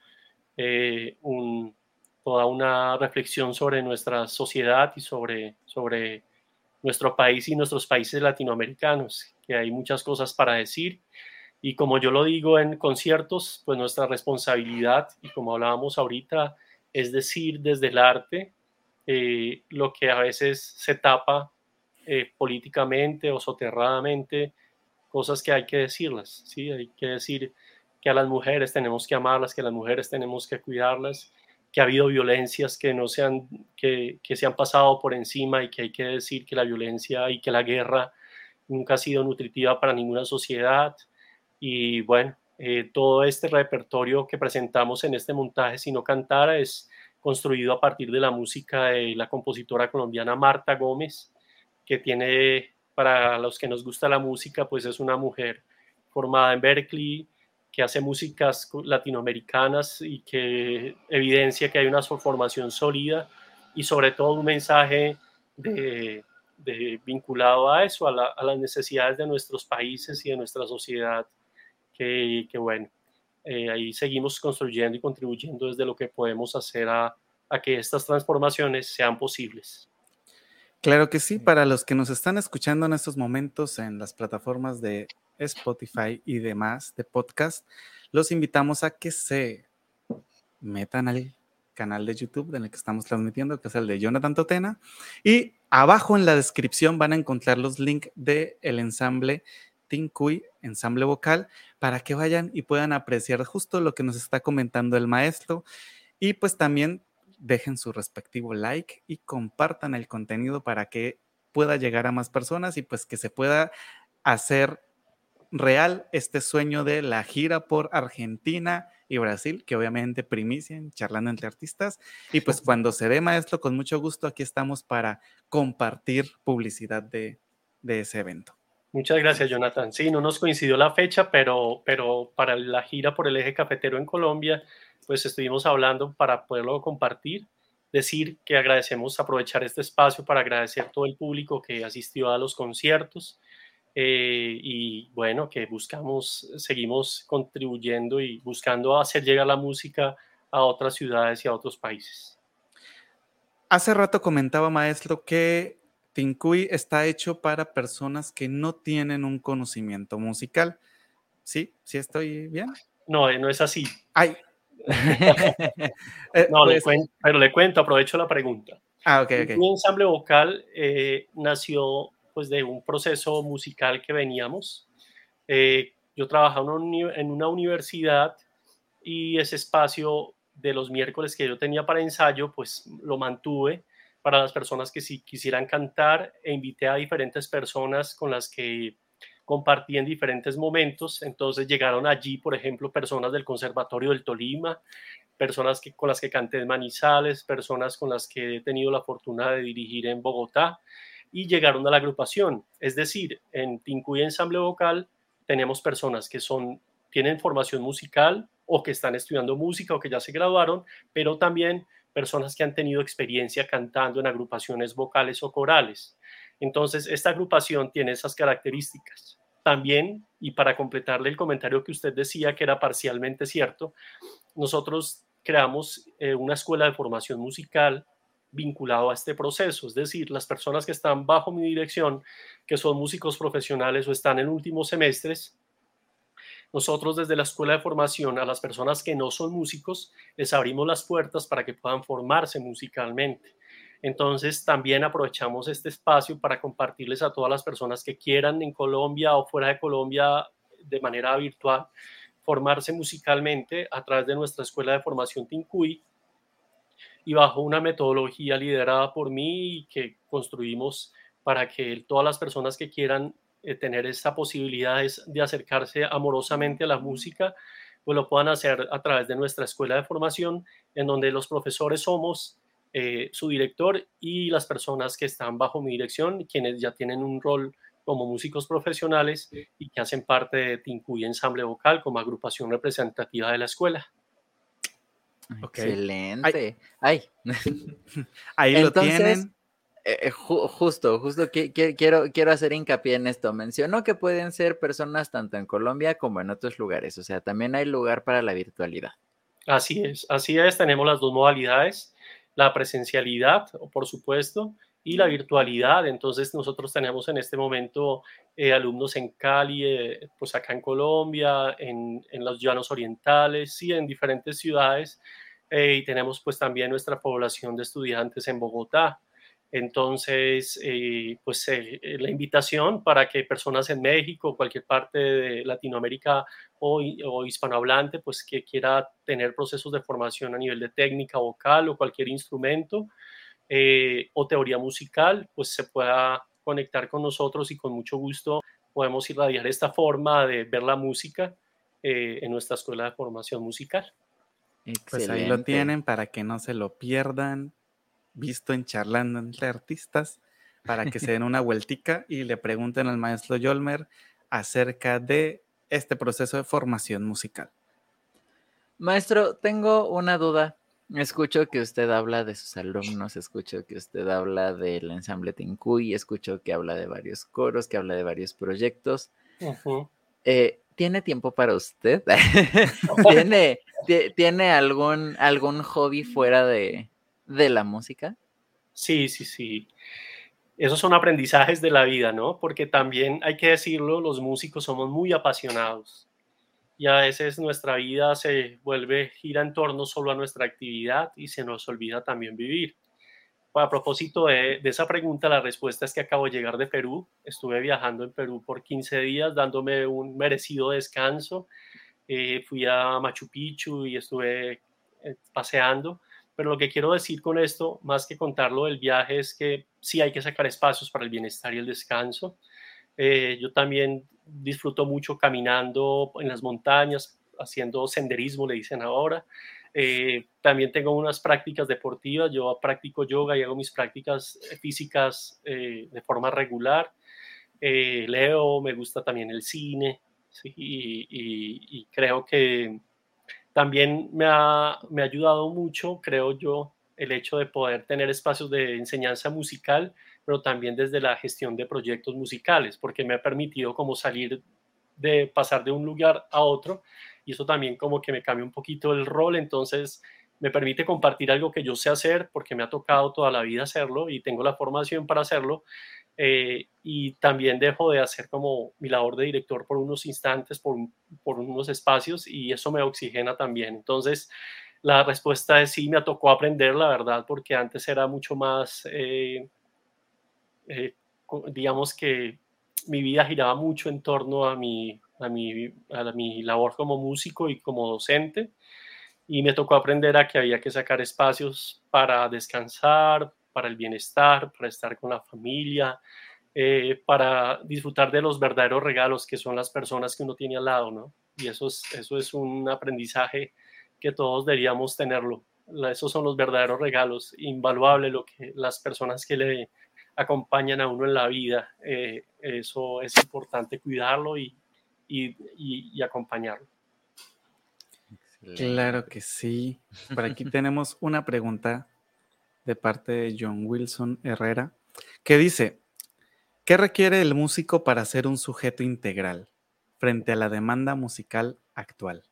toda una reflexión sobre nuestra sociedad y sobre nuestro país y nuestros países latinoamericanos, que hay muchas cosas para decir. Y como yo lo digo en conciertos, pues nuestra responsabilidad, y como hablábamos ahorita, es decir desde el arte lo que a veces se tapa políticamente o soterradamente, cosas que hay que decirlas, ¿sí? Hay que decir que a las mujeres tenemos que amarlas, que a las mujeres tenemos que cuidarlas, que ha habido violencias que se han pasado por encima, y que hay que decir que la violencia y que la guerra nunca ha sido nutritiva para ninguna sociedad. Y bueno, todo este repertorio que presentamos en este montaje Si no cantara es construido a partir de la música de la compositora colombiana Marta Gómez, que tiene, para los que nos gusta la música, pues es una mujer formada en Berkeley, que hace músicas latinoamericanas y que evidencia que hay una formación sólida y sobre todo un mensaje vinculado a eso, a las necesidades de nuestros países y de nuestra sociedad, que bueno, ahí seguimos construyendo y contribuyendo desde lo que podemos hacer a que estas transformaciones sean posibles. Claro que sí, para los que nos están escuchando en estos momentos en las plataformas de Spotify y demás de podcast, los invitamos a que se metan al canal de YouTube en el que estamos transmitiendo, que es el de Jonathan Totena, y abajo en la descripción van a encontrar los links del ensamble Tincuy, ensamble vocal, para que vayan y puedan apreciar justo lo que nos está comentando el maestro, y pues también dejen su respectivo like y compartan el contenido para que pueda llegar a más personas y pues que se pueda hacer real este sueño de la gira por Argentina y Brasil, que obviamente primicia en Charlando Entre Artistas. Y pues cuando se dé, maestro, con mucho gusto aquí estamos para compartir publicidad de ese evento. Muchas gracias, Jonathan. Sí, no nos coincidió la fecha, pero para la gira por el eje cafetero en Colombia, pues estuvimos hablando para poderlo compartir. Decir que agradecemos aprovechar este espacio para agradecer a todo el público que asistió a los conciertos, y bueno, que seguimos contribuyendo y buscando hacer llegar la música a otras ciudades y a otros países. Hace rato comentaba, maestro, que Tincuy está hecho para personas que no tienen un conocimiento musical. ¿Sí? ¿Sí estoy bien? No, no es así. ¡Ay! No, pues, pero le cuento, aprovecho la pregunta. Ok. Mi ensamble vocal nació pues de un proceso musical que veníamos. Yo trabajaba en una universidad, y ese espacio de los miércoles que yo tenía para ensayo, pues lo mantuve para las personas que sí quisieran cantar, e invité a diferentes personas con las que compartí en diferentes momentos. Entonces llegaron allí, por ejemplo, personas del Conservatorio del Tolima, personas con las que canté en Manizales, personas con las que he tenido la fortuna de dirigir en Bogotá, y llegaron a la agrupación. Es decir, en Tincuy Ensamble Vocal tenemos personas que tienen formación musical o que están estudiando música o que ya se graduaron, pero también personas que han tenido experiencia cantando en agrupaciones vocales o corales. Entonces, esta agrupación tiene esas características. También, y para completarle el comentario que usted decía, que era parcialmente cierto, nosotros creamos una escuela de formación musical vinculado a este proceso. Es decir, las personas que están bajo mi dirección, que son músicos profesionales o están en últimos semestres, nosotros desde la escuela de formación a las personas que no son músicos les abrimos las puertas para que puedan formarse musicalmente. Entonces también aprovechamos este espacio para compartirles a todas las personas que quieran en Colombia o fuera de Colombia de manera virtual formarse musicalmente a través de nuestra escuela de formación Tincuy, y bajo una metodología liderada por mí y que construimos para que todas las personas que quieran tener esta posibilidad de acercarse amorosamente a la música, pues lo puedan hacer a través de nuestra escuela de formación, en donde los profesores somos su director y las personas que están bajo mi dirección, quienes ya tienen un rol como músicos profesionales y que hacen parte de Tincuy Ensamble Vocal como agrupación representativa de la escuela. Okay. Excelente. Ay. Ahí entonces, lo tienen. Justo quiero hacer hincapié en esto. Mencionó que pueden ser personas tanto en Colombia como en otros lugares, o sea, también hay lugar para la virtualidad. Así es, tenemos las dos modalidades, la presencialidad, por supuesto, y la virtualidad. Entonces nosotros tenemos en este momento alumnos en Cali, pues acá en Colombia, en los Llanos Orientales, sí, en diferentes ciudades, y tenemos pues también nuestra población de estudiantes en Bogotá. Entonces, pues la invitación para que personas en México, cualquier parte de Latinoamérica o hispanohablante, pues que quiera tener procesos de formación a nivel de técnica vocal o cualquier instrumento o teoría musical, pues se pueda conectar con nosotros y con mucho gusto podemos irradiar esta forma de ver la música en nuestra escuela de formación musical. Pues ahí lo Excelente. tienen para que no se lo pierdan, visto en Charlando entre Artistas, para que se den una vueltica y le pregunten al maestro Yolmer acerca de este proceso de formación musical. Maestro, tengo una duda. Escucho que usted habla de sus alumnos, escucho que usted habla del ensamble Tincuy, escucho que habla de varios coros, que habla de varios proyectos. ¿Tiene tiempo para usted? ¿Tiene algún hobby fuera de la música? Sí. Esos son aprendizajes de la vida, ¿no? Porque también hay que decirlo, los músicos somos muy apasionados y a veces nuestra vida gira en torno solo a nuestra actividad y se nos olvida también vivir. A propósito de esa pregunta, la respuesta es que acabo de llegar de Perú. Estuve viajando en Perú por 15 días dándome un merecido descanso. Fui a Machu Picchu y estuve paseando. Pero lo que quiero decir con esto, más que contarlo del viaje, es que sí hay que sacar espacios para el bienestar y el descanso. Yo también disfruto mucho caminando en las montañas, haciendo senderismo, le dicen ahora. También tengo unas prácticas deportivas, yo practico yoga y hago mis prácticas físicas de forma regular. Leo, me gusta también el cine, ¿sí? Y creo que también me ha ayudado mucho, creo yo, el hecho de poder tener espacios de enseñanza musical, pero también desde la gestión de proyectos musicales, porque me ha permitido como pasar de un lugar a otro, y eso también como que me cambia un poquito el rol, entonces me permite compartir algo que yo sé hacer, porque me ha tocado toda la vida hacerlo y tengo la formación para hacerlo, y también dejo de hacer como mi labor de director por unos instantes, por unos espacios, y eso me oxigena también. Entonces, la respuesta es sí, me tocó aprender, la verdad, porque antes era mucho más, digamos que mi vida giraba mucho en torno a mi labor como músico y como docente, y me tocó aprender a que había que sacar espacios para descansar, para el bienestar, para estar con la familia, para disfrutar de los verdaderos regalos que son las personas que uno tiene al lado, ¿no? Y eso es un aprendizaje que todos deberíamos tenerlo. Esos son los verdaderos regalos, invaluable lo que las personas que le acompañan a uno en la vida. Eso es importante cuidarlo y acompañarlo. Claro que sí. Por aquí tenemos una pregunta de parte de John Wilson Herrera, que dice, ¿qué requiere el músico para ser un sujeto integral frente a la demanda musical actual?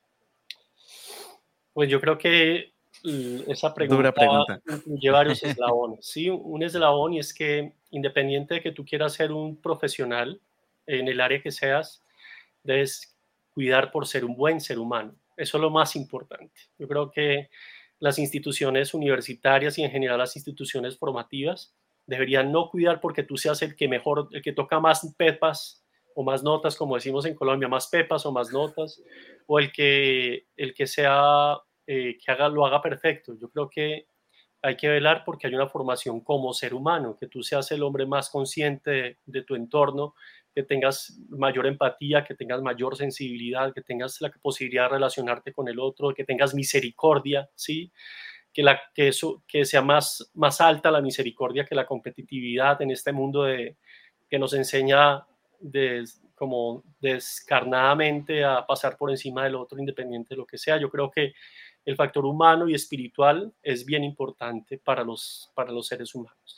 Pues yo creo que esa Dura pregunta pregunta. incluye varios eslabones. Sí, un eslabón y es que independiente de que tú quieras ser un profesional en el área que seas, debes cuidar por ser un buen ser humano. Eso es lo más importante. Yo creo que las instituciones universitarias y en general las instituciones formativas deberían no cuidar porque tú seas el que mejor, el que toca más pepas o más notas, como decimos en Colombia, más pepas o más notas, o el que sea, lo haga perfecto. Yo creo que hay que velar porque hay una formación como ser humano, que tú seas el hombre más consciente de tu entorno, que tengas mayor empatía, que tengas mayor sensibilidad, que tengas la posibilidad de relacionarte con el otro, que tengas misericordia, ¿sí? Que sea más alta la misericordia que la competitividad en este mundo que nos enseña como descarnadamente a pasar por encima del otro independiente de lo que sea. Yo creo que el factor humano y espiritual es bien importante para los seres humanos.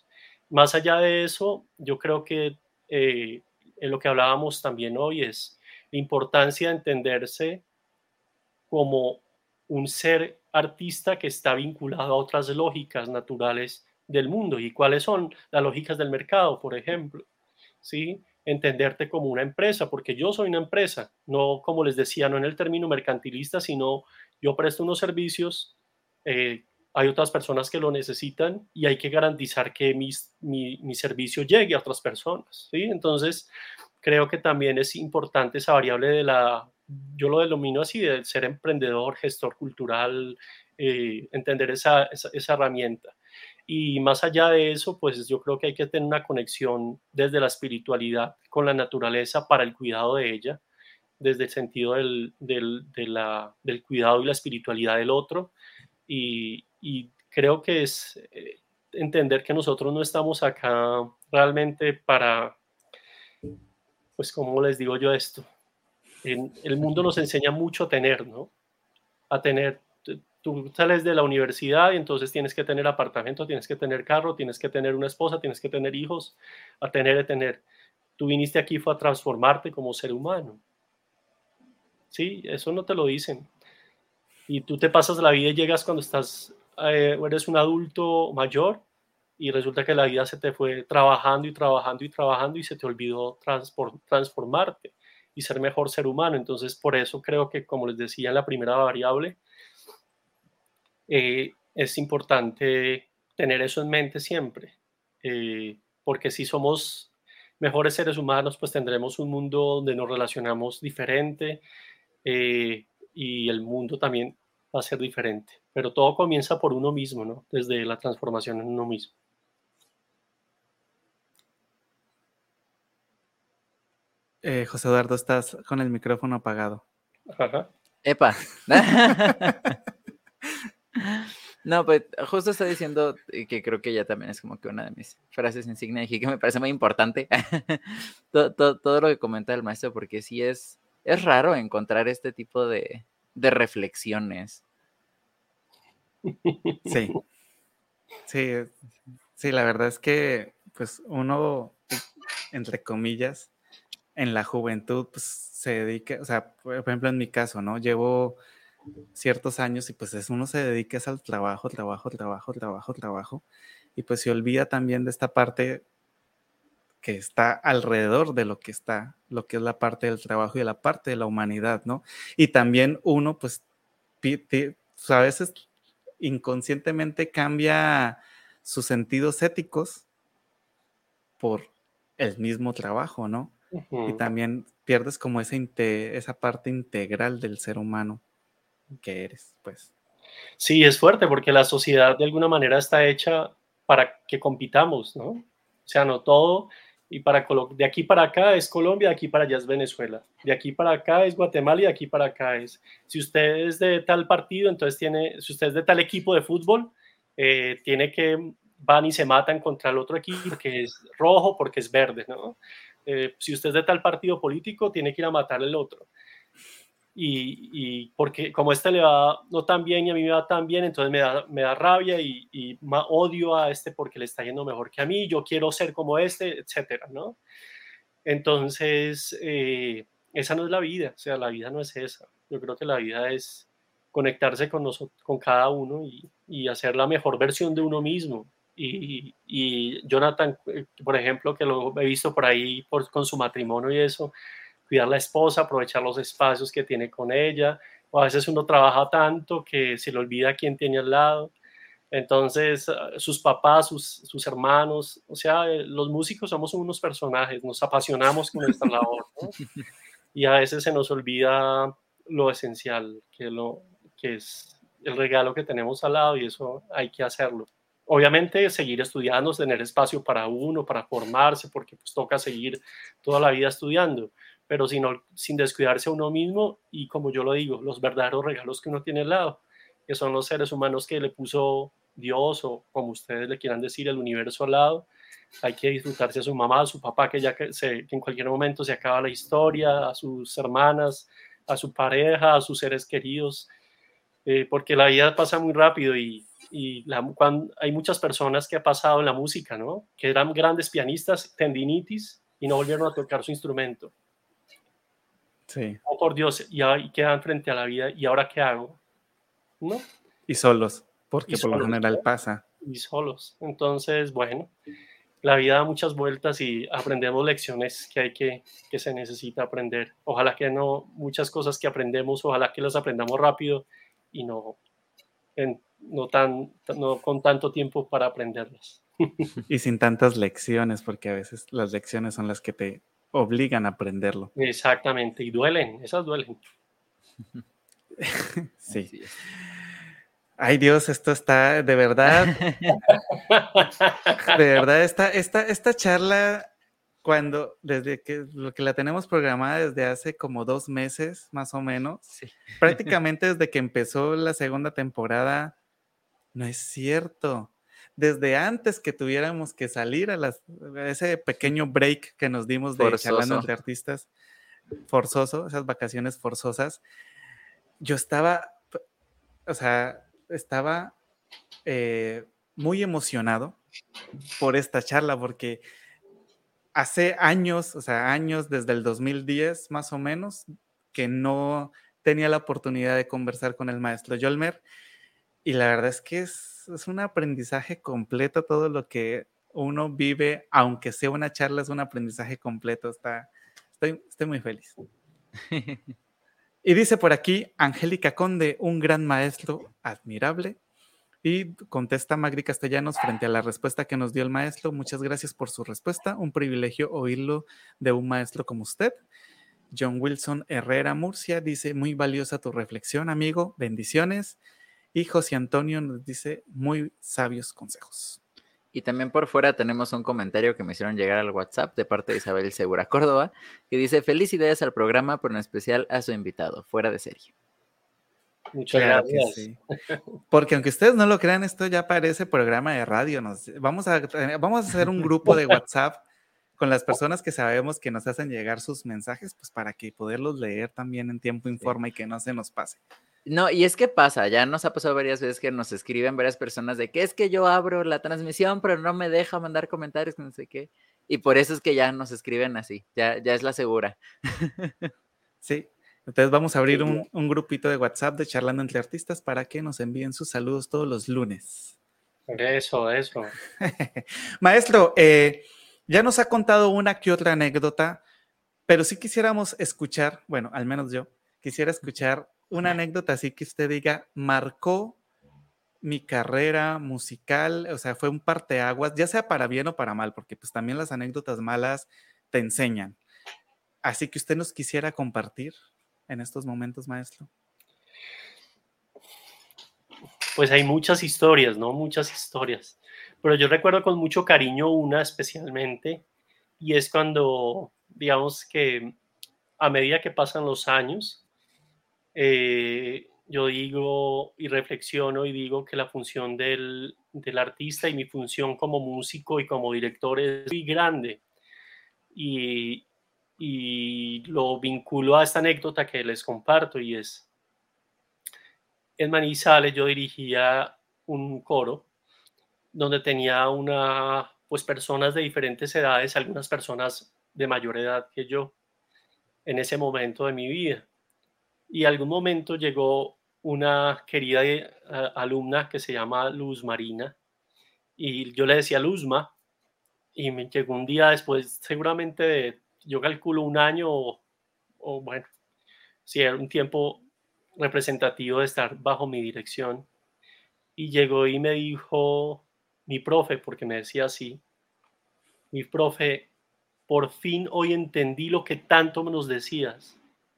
más allá de eso, yo creo que en lo que hablábamos también hoy es la importancia de entenderse como un ser artista que está vinculado a otras lógicas naturales del mundo. ¿Y cuáles son las lógicas del mercado, por ejemplo? ¿Sí? Entenderte como una empresa, porque yo soy una empresa, no como les decía, no en el término mercantilista, sino yo presto unos servicios, hay otras personas que lo necesitan y hay que garantizar que mi servicio llegue a otras personas, ¿sí? Entonces, creo que también es importante esa variable yo lo denomino así, de ser emprendedor, gestor cultural, entender esa herramienta. Y más allá de eso, pues yo creo que hay que tener una conexión desde la espiritualidad con la naturaleza para el cuidado de ella, desde el sentido del cuidado y la espiritualidad del otro. Y creo que es entender que nosotros no estamos acá realmente para, pues, ¿cómo les digo yo esto? El mundo nos enseña mucho a tener, ¿no? A tener. Tú sales de la universidad y entonces tienes que tener apartamento, tienes que tener carro, tienes que tener una esposa, tienes que tener hijos, a tener. Tú viniste aquí fue a transformarte como ser humano. Sí, eso no te lo dicen. Y tú te pasas la vida y llegas cuando eres un adulto mayor y resulta que la vida se te fue trabajando y trabajando y trabajando y se te olvidó transformarte y ser mejor ser humano. Entonces, por eso creo que, como les decía en la primera variable, es importante tener eso en mente siempre, porque si somos mejores seres humanos, pues tendremos un mundo donde nos relacionamos diferente, y el mundo también va a ser diferente. Pero todo comienza por uno mismo, ¿no? Desde la transformación en uno mismo. José Eduardo, estás con el micrófono apagado. Ajá. ¡Epa! No, pues justo está diciendo que creo que ya también es como que una de mis frases insignia y que me parece muy importante todo lo que comenta el maestro, porque sí es raro encontrar este tipo de reflexiones. Sí. Sí, la verdad es que pues uno, entre comillas, en la juventud pues se dedica, o sea, por ejemplo en mi caso, ¿no? Llevo ciertos años y pues uno se dedica al trabajo y pues se olvida también de esta parte que está alrededor de lo que es la parte del trabajo y la parte de la humanidad, ¿no? Y también uno pues a veces inconscientemente cambia sus sentidos éticos por el mismo trabajo, ¿no? Uh-huh. Y también pierdes como esa parte integral del ser humano que eres, pues. Sí, es fuerte porque la sociedad de alguna manera está hecha para que compitamos, ¿no? O sea, no todo, y de aquí para acá es Colombia, de aquí para allá es Venezuela, de aquí para acá es Guatemala y de aquí para acá es. Si usted es de tal partido, entonces si usted es de tal equipo de fútbol, van y se matan contra el otro equipo que es rojo, porque es verde, ¿no? Si usted es de tal partido político, tiene que ir a matar al otro. Y porque como le va no tan bien y a mí me va tan bien, entonces me da rabia y odio a porque le está yendo mejor que a mí, yo quiero ser como etcétera, ¿no? Entonces, esa no es la vida, o sea, la vida no es esa. Yo creo que la vida es conectarse con cada uno y hacer la mejor versión de uno mismo. Y Jonathan, por ejemplo, que lo he visto por ahí con su matrimonio y eso, cuidar a la esposa, aprovechar los espacios que tiene con ella, o a veces uno trabaja tanto que se le olvida quién tiene al lado. Entonces, sus papás, sus hermanos, o sea, los músicos somos unos personajes, nos apasionamos con nuestra labor, ¿no? Y a veces se nos olvida lo esencial, que es el regalo que tenemos al lado, y eso hay que hacerlo. Obviamente seguir estudiando, tener espacio para uno, para formarse, porque pues toca seguir toda la vida estudiando, pero sin descuidarse a uno mismo y, como yo lo digo, los verdaderos regalos que uno tiene al lado, que son los seres humanos que le puso Dios, o como ustedes le quieran decir, el universo al lado. Hay que disfrutarse a su mamá, a su papá, que en cualquier momento se acaba la historia, a sus hermanas, a su pareja, a sus seres queridos, porque la vida pasa muy rápido y hay muchas personas que ha pasado en la música, ¿no? Que eran grandes pianistas, tendinitis, y no volvieron a tocar su instrumento. Sí. Oh, por Dios, y quedan frente a la vida, ¿y ahora qué hago? ¿No? Y solos, porque Y por lo solos, general ¿no? pasa. Y solos. Entonces, bueno, la vida da muchas vueltas y aprendemos lecciones que se necesita aprender. Ojalá que no, muchas cosas que aprendemos, ojalá que las aprendamos rápido y no con tanto tiempo para aprenderlas. Y sin tantas lecciones, porque a veces las lecciones son las que te obligan a aprenderlo. Exactamente, y duelen, esas duelen. Sí. Así es. Ay Dios, esto está de verdad, esta charla, desde que la tenemos programada desde hace como 2 meses, más o menos, Sí. prácticamente desde que empezó la segunda temporada, no es cierto, desde antes que tuviéramos que salir a ese pequeño break que nos dimos de charlando entre artistas, forzoso, esas vacaciones forzosas, yo estaba muy emocionado por esta charla, porque hace años, desde el 2010 más o menos, que no tenía la oportunidad de conversar con el maestro Yolmer, y la verdad es que es un aprendizaje completo. Todo lo que uno vive, aunque sea una charla, es un aprendizaje completo. Estoy muy feliz. Y dice por aquí Angélica Conde, un gran maestro, admirable. Y contesta Magri Castellanos frente a la respuesta que nos dio el maestro: muchas gracias por su respuesta, un privilegio oírlo de un maestro como usted. John Wilson Herrera Murcia dice: muy valiosa tu reflexión, amigo, bendiciones. Y José Antonio nos dice: muy sabios consejos. Y también por fuera tenemos un comentario que me hicieron llegar al WhatsApp de parte de Isabel Segura Córdoba, que dice: felicidades al programa, pero en especial a su invitado, fuera de serie. Muchas Claro gracias. que sí. Porque aunque ustedes no lo crean, esto ya parece programa de radio. Vamos a hacer un grupo de WhatsApp con las personas que sabemos que nos hacen llegar sus mensajes, pues para que poderlos leer también en tiempo y forma y que no se nos pase. No, y es que pasa, ya nos ha pasado varias veces que nos escriben varias personas de que es que yo abro la transmisión, pero no me deja mandar comentarios, no sé qué. Y por eso es que ya nos escriben así, ya es la segura. Sí, entonces vamos a abrir un grupito de WhatsApp de Charlando entre Artistas para que nos envíen sus saludos todos los lunes. Eso. Maestro, ya nos ha contado una que otra anécdota, pero sí quisiéramos escuchar, bueno, al menos yo, quisiera escuchar una anécdota así que usted diga: marcó mi carrera musical, o sea, fue un parteaguas, ya sea para bien o para mal, porque pues también las anécdotas malas te enseñan. Así que usted nos quisiera compartir en estos momentos, maestro. Pues hay muchas historias, ¿no? Muchas historias. Pero yo recuerdo con mucho cariño una especialmente, y es cuando, digamos que a medida que pasan los años, yo digo y reflexiono y digo que la función del artista y mi función como músico y como director es muy grande. Y lo vinculo a esta anécdota que les comparto, y es: en Manizales yo dirigía un coro donde tenía pues personas de diferentes edades, algunas personas de mayor edad que yo en ese momento de mi vida. Y algún momento llegó una querida alumna que se llama Luz Marina, y yo le decía Luzma, y me llegó un día después, seguramente yo calculo un año o bueno, sí, era un tiempo representativo de estar bajo mi dirección, y llegó y me dijo mi profe, porque me decía así: mi profe, por fin hoy entendí lo que tanto nos decías.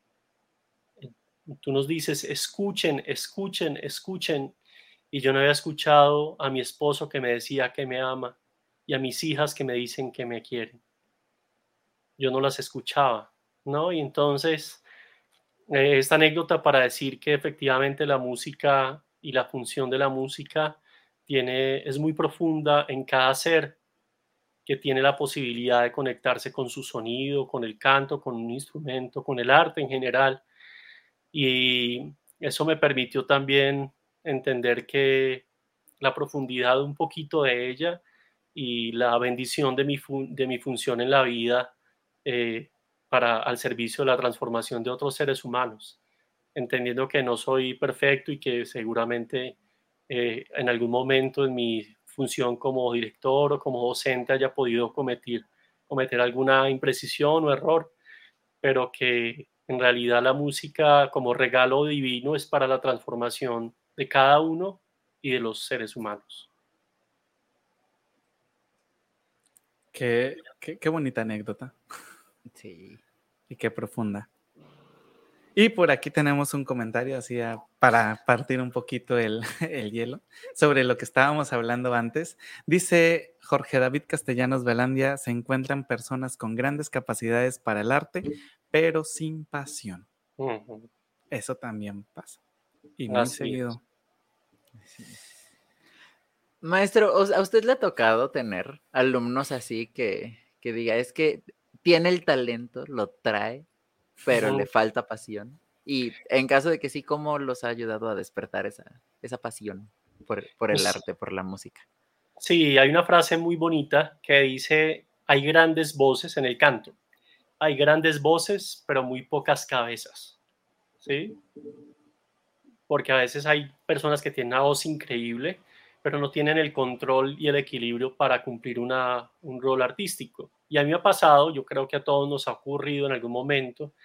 Tú nos dices, escuchen, escuchen, escuchen. Y yo no había escuchado a mi esposo que me decía que me ama y a mis hijas que me dicen que me quieren. Yo no las escuchaba, ¿no? Y entonces, esta anécdota para decir que efectivamente la música y la función de la música es muy profunda en cada ser que tiene la posibilidad de conectarse con su sonido, con el canto, con un instrumento, con el arte en general. Y eso me permitió también entender que la profundidad un poquito de ella y la bendición de mi función en la vida al servicio de la transformación de otros seres humanos, entendiendo que no soy perfecto y que seguramente en algún momento en mi función como director o como docente haya podido cometer alguna imprecisión o error, pero que en realidad la música como regalo divino es para la transformación de cada uno y de los seres humanos. Qué bonita anécdota. Sí. Y qué profunda. Y por aquí tenemos un comentario así para partir un poquito el hielo sobre lo que estábamos hablando antes. Dice Jorge David Castellanos Velandia, se encuentran personas con grandes capacidades para el arte, pero sin pasión. Uh-huh. Eso también pasa. Y muy Así seguido. Sí. Maestro, ¿a usted le ha tocado tener alumnos así que diga, es que tiene el talento, lo trae, pero le falta pasión? Y en caso de que sí, ¿cómo los ha ayudado a despertar esa pasión por el arte, por la música? Sí, hay una frase muy bonita que dice, hay grandes voces en el canto. Hay grandes voces, pero muy pocas cabezas. ¿Sí? Porque a veces hay personas que tienen una voz increíble, pero no tienen el control y el equilibrio para cumplir un rol artístico. Y a mí me ha pasado, yo creo que a todos nos ha ocurrido en algún momento,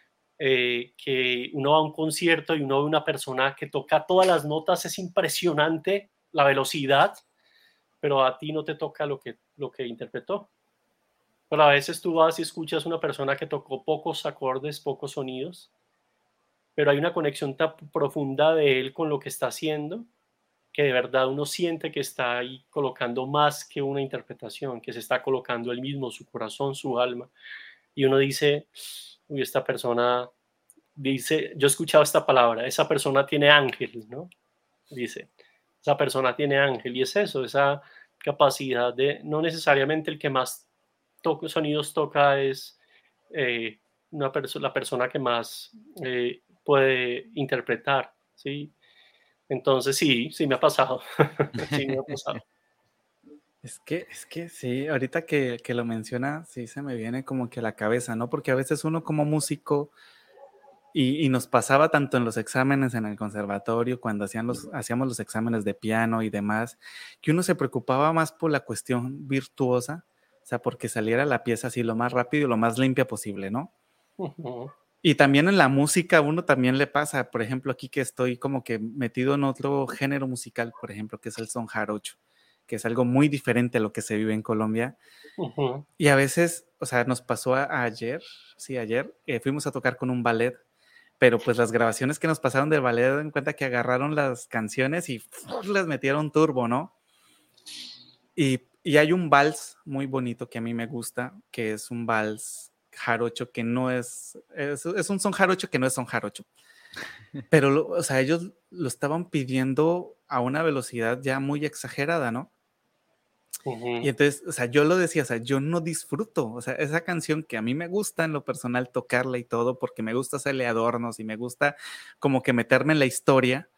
que uno va a un concierto y uno ve una persona que toca todas las notas, es impresionante la velocidad, pero a ti no te toca lo que interpretó. Pero a veces tú vas y escuchas una persona que tocó pocos acordes, pocos sonidos, pero hay una conexión tan profunda de él con lo que está haciendo, que de verdad uno siente que está ahí colocando más que una interpretación, que se está colocando él mismo, su corazón, su alma. Y uno dice, uy, esta persona, dice, yo he escuchado esta palabra, esa persona tiene ángel, ¿no? Dice, esa persona tiene ángel, y es eso, esa capacidad de, no necesariamente el que más sonidos toca es la persona que más puede interpretar, ¿sí? Entonces sí me ha pasado, sí me ha pasado. Es que sí, ahorita que lo menciona, sí se me viene como que a la cabeza, ¿no? Porque a veces uno como músico, y nos pasaba tanto en los exámenes en el conservatorio, cuando hacíamos los exámenes de piano y demás, que uno se preocupaba más por la cuestión virtuosa, o sea, porque saliera la pieza así lo más rápido y lo más limpia posible, ¿no? Uh-huh. Y también en la música, a uno también le pasa, por ejemplo, aquí que estoy como que metido en otro género musical, por ejemplo, que es el son jarocho, que es algo muy diferente a lo que se vive en Colombia. Uh-huh. Y a veces, o sea, nos pasó ayer, fuimos a tocar con un ballet, pero pues las grabaciones que nos pasaron del ballet, dan cuenta que agarraron las canciones y les metieron turbo, ¿no? Y hay un vals muy bonito que a mí me gusta, que es un vals jarocho que no es un son jarocho que no es son jarocho. Pero, o sea, ellos lo estaban pidiendo a una velocidad ya muy exagerada, ¿no? Uh-huh. Y entonces, o sea, yo lo decía, o sea, yo no disfruto, o sea, esa canción que a mí me gusta en lo personal tocarla y todo, porque me gusta hacerle adornos y me gusta como que meterme en la historia,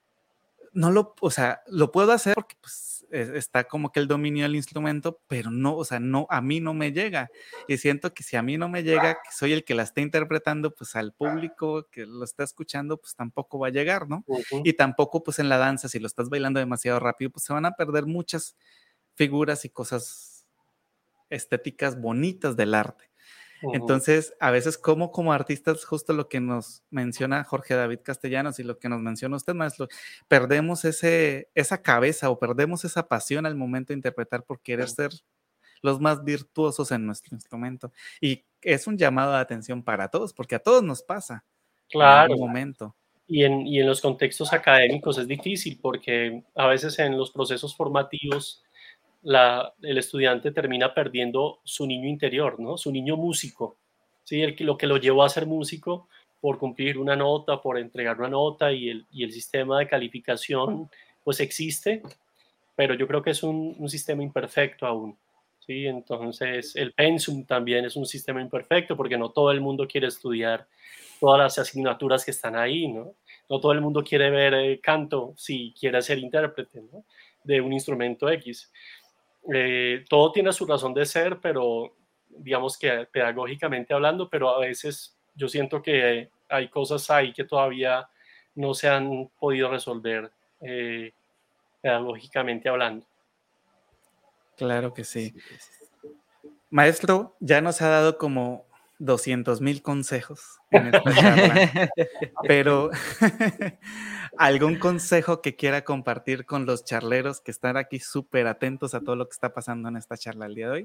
o sea, lo puedo hacer porque pues está como que el dominio del instrumento, pero no, o sea, no, a mí no me llega. Y siento que si a mí no me llega, que soy el que la está interpretando, pues al público que lo está escuchando, pues tampoco va a llegar, ¿no? Uh-huh. Y tampoco pues en la danza, si lo estás bailando demasiado rápido, pues se van a perder muchas figuras y cosas estéticas bonitas del arte. Uh-huh. Entonces, a veces como artistas, justo lo que nos menciona Jorge David Castellanos y lo que nos menciona usted, maestro, perdemos esa cabeza o perdemos esa pasión al momento de interpretar por querer ser los más virtuosos en nuestro instrumento. Y es un llamado de atención para todos, porque a todos nos pasa en Claro. algún momento. Y en los contextos académicos es difícil porque a veces en los procesos formativos el estudiante termina perdiendo su niño interior, ¿no? Su niño músico, ¿sí? Lo que lo llevó a ser músico por cumplir una nota, por entregar una nota y el sistema de calificación pues existe, pero yo creo que es un sistema imperfecto aún, ¿sí? Entonces el pensum también es un sistema imperfecto porque no todo el mundo quiere estudiar todas las asignaturas que están ahí, ¿no? No todo el mundo quiere ver canto si quiere ser intérprete, ¿no? de un instrumento X. Todo tiene su razón de ser, pero digamos que pedagógicamente hablando, pero a veces yo siento que hay cosas ahí que todavía no se han podido resolver pedagógicamente hablando. Claro que sí. Maestro, ya nos ha dado como 200,000 consejos en esta charla, pero ¿algún consejo que quiera compartir con los charleros que están aquí súper atentos a todo lo que está pasando en esta charla el día de hoy?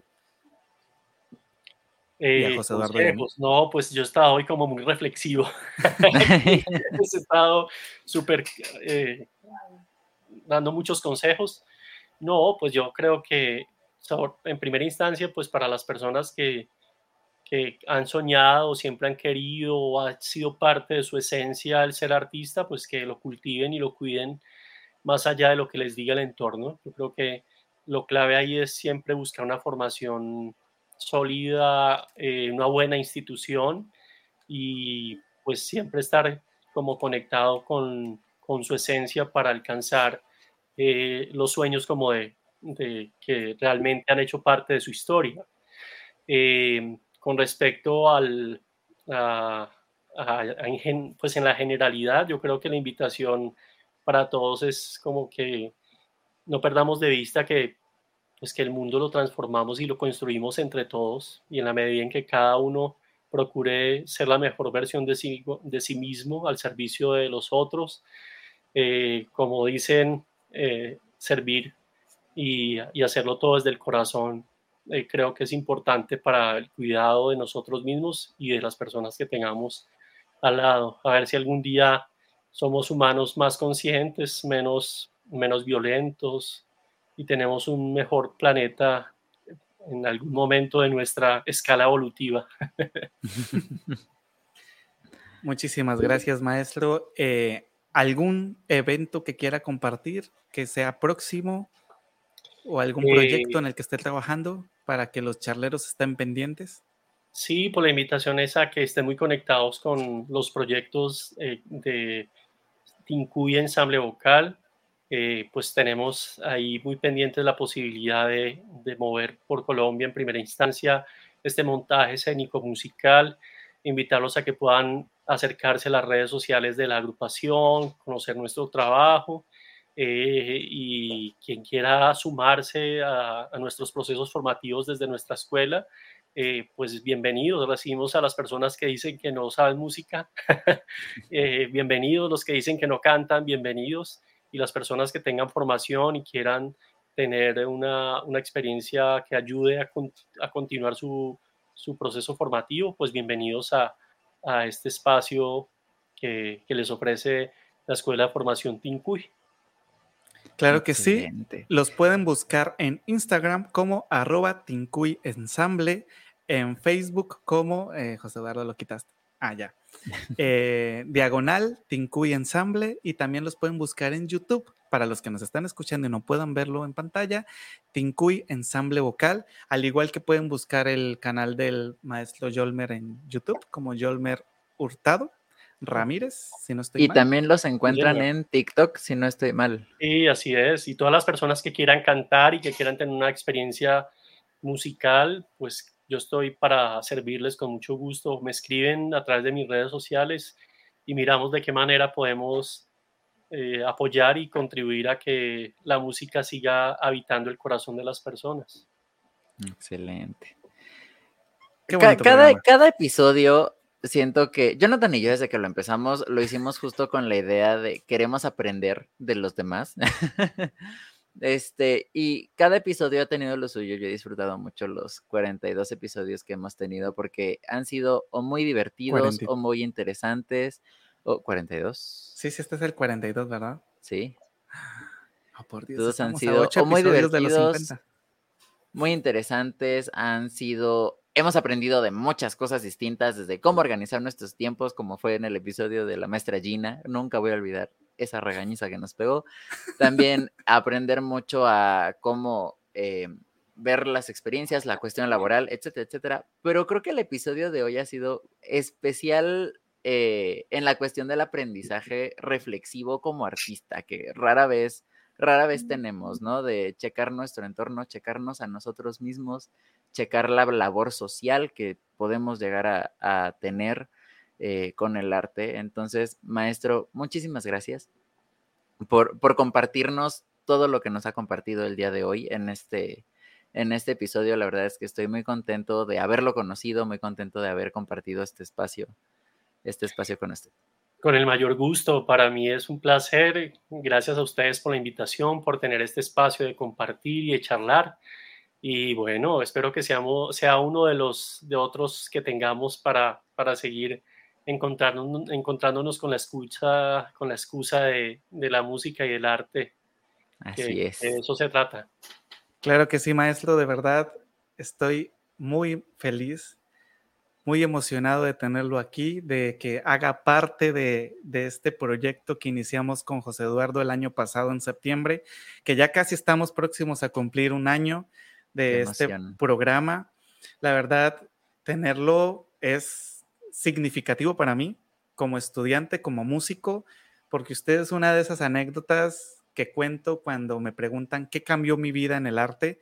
Y a José Eduardo y a mí. No, pues yo he estado hoy como muy reflexivo. He estado súper dando muchos consejos. No, pues yo creo que en primera instancia, pues para las personas que han soñado, siempre han querido o ha sido parte de su esencia el ser artista, pues que lo cultiven y lo cuiden más allá de lo que les diga el entorno. Yo creo que lo clave ahí es siempre buscar una formación sólida, una buena institución y pues siempre estar como conectado con su esencia para alcanzar los sueños como de que realmente han hecho parte de su historia. Con respecto pues en la generalidad, yo creo que la invitación para todos es como que no perdamos de vista que, pues que el mundo lo transformamos y lo construimos entre todos, y en la medida en que cada uno procure ser la mejor versión de sí mismo al servicio de los otros, como dicen, servir y hacerlo todo desde el corazón. Creo que es importante para el cuidado de nosotros mismos y de las personas que tengamos al lado. A ver si algún día somos humanos más conscientes, menos violentos y tenemos un mejor planeta en algún momento de nuestra escala evolutiva. Muchísimas gracias, maestro. ¿Algún evento que quiera compartir que sea próximo o algún proyecto en el que esté trabajando para que los charleros estén pendientes? Sí, pues la invitación es a que estén muy conectados con los proyectos de Tincuy Ensamble Vocal. Pues tenemos ahí muy pendientes la posibilidad de mover por Colombia en primera instancia este montaje escénico musical, invitarlos a que puedan acercarse a las redes sociales de la agrupación, conocer nuestro trabajo, y quien quiera sumarse a nuestros procesos formativos desde nuestra escuela, pues bienvenidos. Recibimos a las personas que dicen que no saben música, bienvenidos. Los que dicen que no cantan, bienvenidos. Y las personas que tengan formación y quieran tener una experiencia que ayude a continuar su proceso formativo, pues bienvenidos a este espacio que les ofrece la Escuela de Formación Tincuy. Claro que excelente. Sí, los pueden buscar en Instagram como @tincuyensamble, en Facebook como, José Eduardo lo quitaste, ya, diagonal Tincuy Ensamble, y también los pueden buscar en YouTube, para los que nos están escuchando y no puedan verlo en pantalla, Tincuy Ensamble Vocal, al igual que pueden buscar el canal del maestro Yolmer en YouTube como Yolmer Hurtado Ramírez, si no estoy mal. Y mal. También los encuentran en TikTok, si no estoy mal. Sí, así es. Y todas las personas que quieran cantar y que quieran tener una experiencia musical, pues yo estoy para servirles con mucho gusto. Me escriben a través de mis redes sociales y miramos de qué manera podemos apoyar y contribuir a que la música siga habitando el corazón de las personas. Excelente. Qué bonito programa. Cada episodio, siento que Jonathan y yo, desde que lo empezamos, lo hicimos justo con la idea de queremos aprender de los demás. Y cada episodio ha tenido lo suyo. Yo he disfrutado mucho los 42 episodios que hemos tenido porque han sido o muy divertidos o muy interesantes. ¿O 42? Sí, este es el 42, ¿verdad? Sí. Oh, por Dios, todos han a sido 8 o muy episodios divertidos, de los 50. Muy interesantes, hemos aprendido de muchas cosas distintas, desde cómo organizar nuestros tiempos, como fue en el episodio de la maestra Gina. Nunca voy a olvidar esa regañiza que nos pegó. También aprender mucho a cómo ver las experiencias, la cuestión laboral, etcétera, etcétera. Pero creo que el episodio de hoy ha sido especial en la cuestión del aprendizaje reflexivo como artista, que rara vez rara vez tenemos, ¿no? De checar nuestro entorno, checarnos a nosotros mismos, checar la labor social que podemos llegar a tener con el arte. Entonces, maestro, muchísimas gracias por compartirnos todo lo que nos ha compartido el día de hoy en este episodio. La verdad es que estoy muy contento de haberlo conocido, muy contento de haber compartido este espacio con usted. Con el mayor gusto, para mí es un placer. Gracias a ustedes por la invitación, por tener este espacio de compartir y de charlar. Y bueno, espero que sea uno de otros que tengamos para seguir encontrándonos con la excusa de la música y el arte. Así es. De eso se trata. Claro que sí, maestro, de verdad estoy muy feliz, muy emocionado de tenerlo aquí, de que haga parte de este proyecto que iniciamos con José Eduardo el año pasado en septiembre, que ya casi estamos próximos a cumplir un año de este programa. La verdad, tenerlo es significativo para mí como estudiante, como músico, porque usted es una de esas anécdotas que cuento cuando me preguntan qué cambió mi vida en el arte.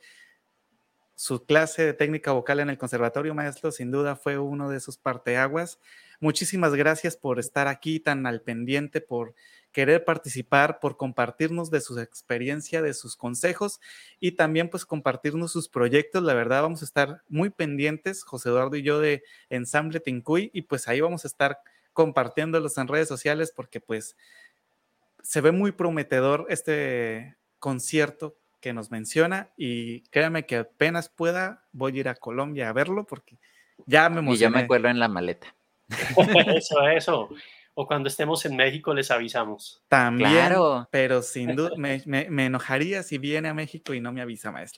Su clase de técnica vocal en el conservatorio, maestro, sin duda fue uno de esos parteaguas. Muchísimas gracias por estar aquí tan al pendiente, por querer participar, por compartirnos de su experiencia, de sus consejos y también pues compartirnos sus proyectos. La verdad vamos a estar muy pendientes, José Eduardo y yo, de Ensamble Tincuy, y pues ahí vamos a estar compartiéndolos en redes sociales porque pues se ve muy prometedor este concierto que nos menciona y créanme que apenas pueda voy a ir a Colombia a verlo porque ya me emocioné. Y yo me cuelo en la maleta. Eso. O cuando estemos en México les avisamos. También, claro. Pero sin duda me enojaría si viene a México y no me avisa, maestro.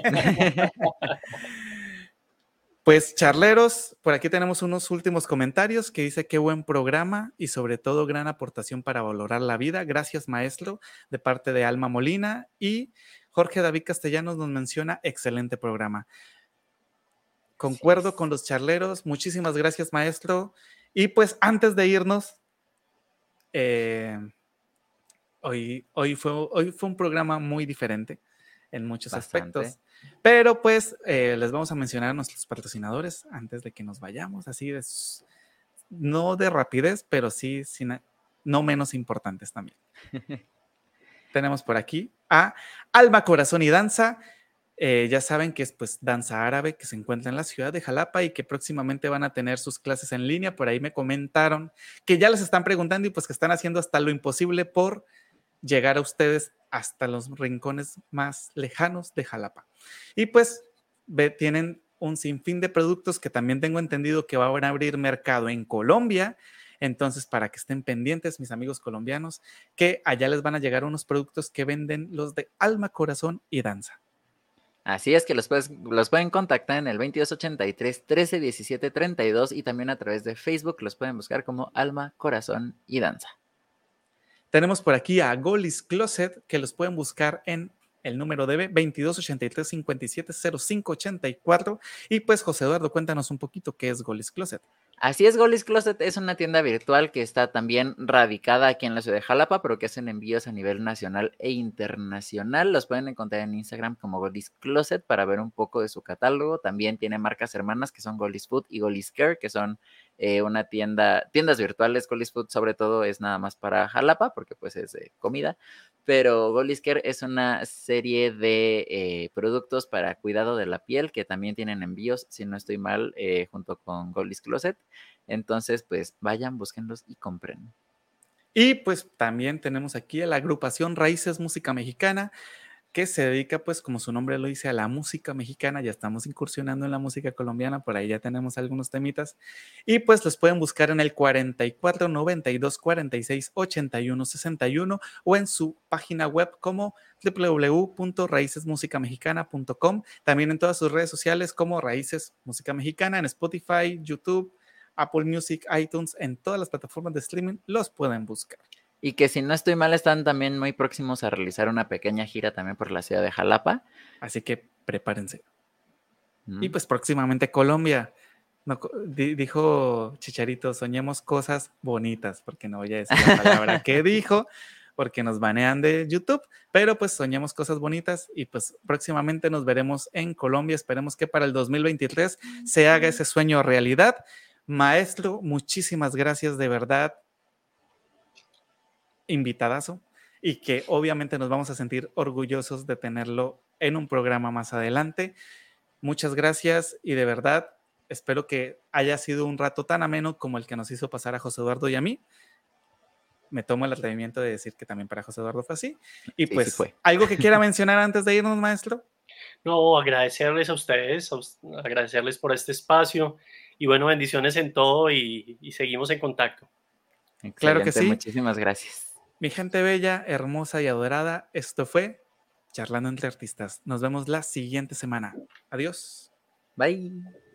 Pues charleros, por aquí tenemos unos últimos comentarios que dice qué buen programa y sobre todo gran aportación para valorar la vida. Gracias, maestro, de parte de Alma Molina. Y Jorge David Castellanos nos menciona excelente programa. Concuerdo con los charleros. Muchísimas gracias, maestro. Y pues antes de irnos, hoy fue un programa muy diferente en muchos aspectos. Pero pues les vamos a mencionar a nuestros patrocinadores antes de que nos vayamos, así no de rapidez, pero sí no menos importantes también. Tenemos por aquí a Alma, Corazón y Danza. Ya saben que es pues danza árabe que se encuentra en la ciudad de Jalapa y que próximamente van a tener sus clases en línea. Por ahí me comentaron que ya les están preguntando y pues que están haciendo hasta lo imposible por llegar a ustedes hasta los rincones más lejanos de Jalapa. Y pues tienen un sinfín de productos que también tengo entendido que van a abrir mercado en Colombia. Entonces, para que estén pendientes, mis amigos colombianos, que allá les van a llegar unos productos que venden los de Alma, Corazón y Danza. Así es que los pueden contactar en el 2283 13 17 32 y también a través de Facebook los pueden buscar como Alma, Corazón y Danza. Tenemos por aquí a Golis Closet, que los pueden buscar en el número de 2283 57 05 84. Y pues, José Eduardo, cuéntanos un poquito qué es Golis Closet. Así es, Golis Closet es una tienda virtual que está también radicada aquí en la ciudad de Jalapa, pero que hacen envíos a nivel nacional e internacional. Los pueden encontrar en Instagram como Golis Closet para ver un poco de su catálogo. También tiene marcas hermanas que son Golis Food y Golis Care, que son tiendas virtuales. Golis Food sobre todo es nada más para Jalapa, porque pues es de comida, pero Golis Care es una serie de productos para cuidado de la piel que también tienen envíos, si no estoy mal, junto con Golis Closet. Entonces, pues vayan, búsquenlos y compren. Y pues también tenemos aquí a la agrupación Raíces Música Mexicana, que se dedica, pues como su nombre lo dice, a la música mexicana. Ya estamos incursionando en la música colombiana, por ahí ya tenemos algunos temitas. Y pues los pueden buscar en el 44 92 46 81 61 o en su página web como www.raicesmusicamexicana.com. También en todas sus redes sociales como Raíces Música Mexicana, en Spotify, YouTube, Apple Music, iTunes, en todas las plataformas de streaming los pueden buscar. Y que si no estoy mal, están también muy próximos a realizar una pequeña gira también por la ciudad de Jalapa. Así que prepárense. Y pues próximamente Colombia. No, dijo Chicharito, soñemos cosas bonitas, porque no voy a decir la palabra que dijo, porque nos banean de YouTube, pero pues soñamos cosas bonitas y pues próximamente nos veremos en Colombia. Esperemos que para el 2023 se haga ese sueño realidad. Maestro, muchísimas gracias, de verdad, invitadazo, y que obviamente nos vamos a sentir orgullosos de tenerlo en un programa más adelante. Muchas gracias y de verdad espero que haya sido un rato tan ameno como el que nos hizo pasar a José Eduardo y a mí. Me tomo el atrevimiento de decir que también para José Eduardo fue así. Y Sí, pues, sí fue. ¿algo que quiera mencionar antes de irnos, maestro? No, agradecerles a ustedes, agradecerles por este espacio y bueno, bendiciones en todo y seguimos en contacto. Excelente, Claro que sí. muchísimas gracias. Mi gente bella, hermosa y adorada, esto fue Charlando entre Artistas. Nos vemos la siguiente semana. Adiós. Bye.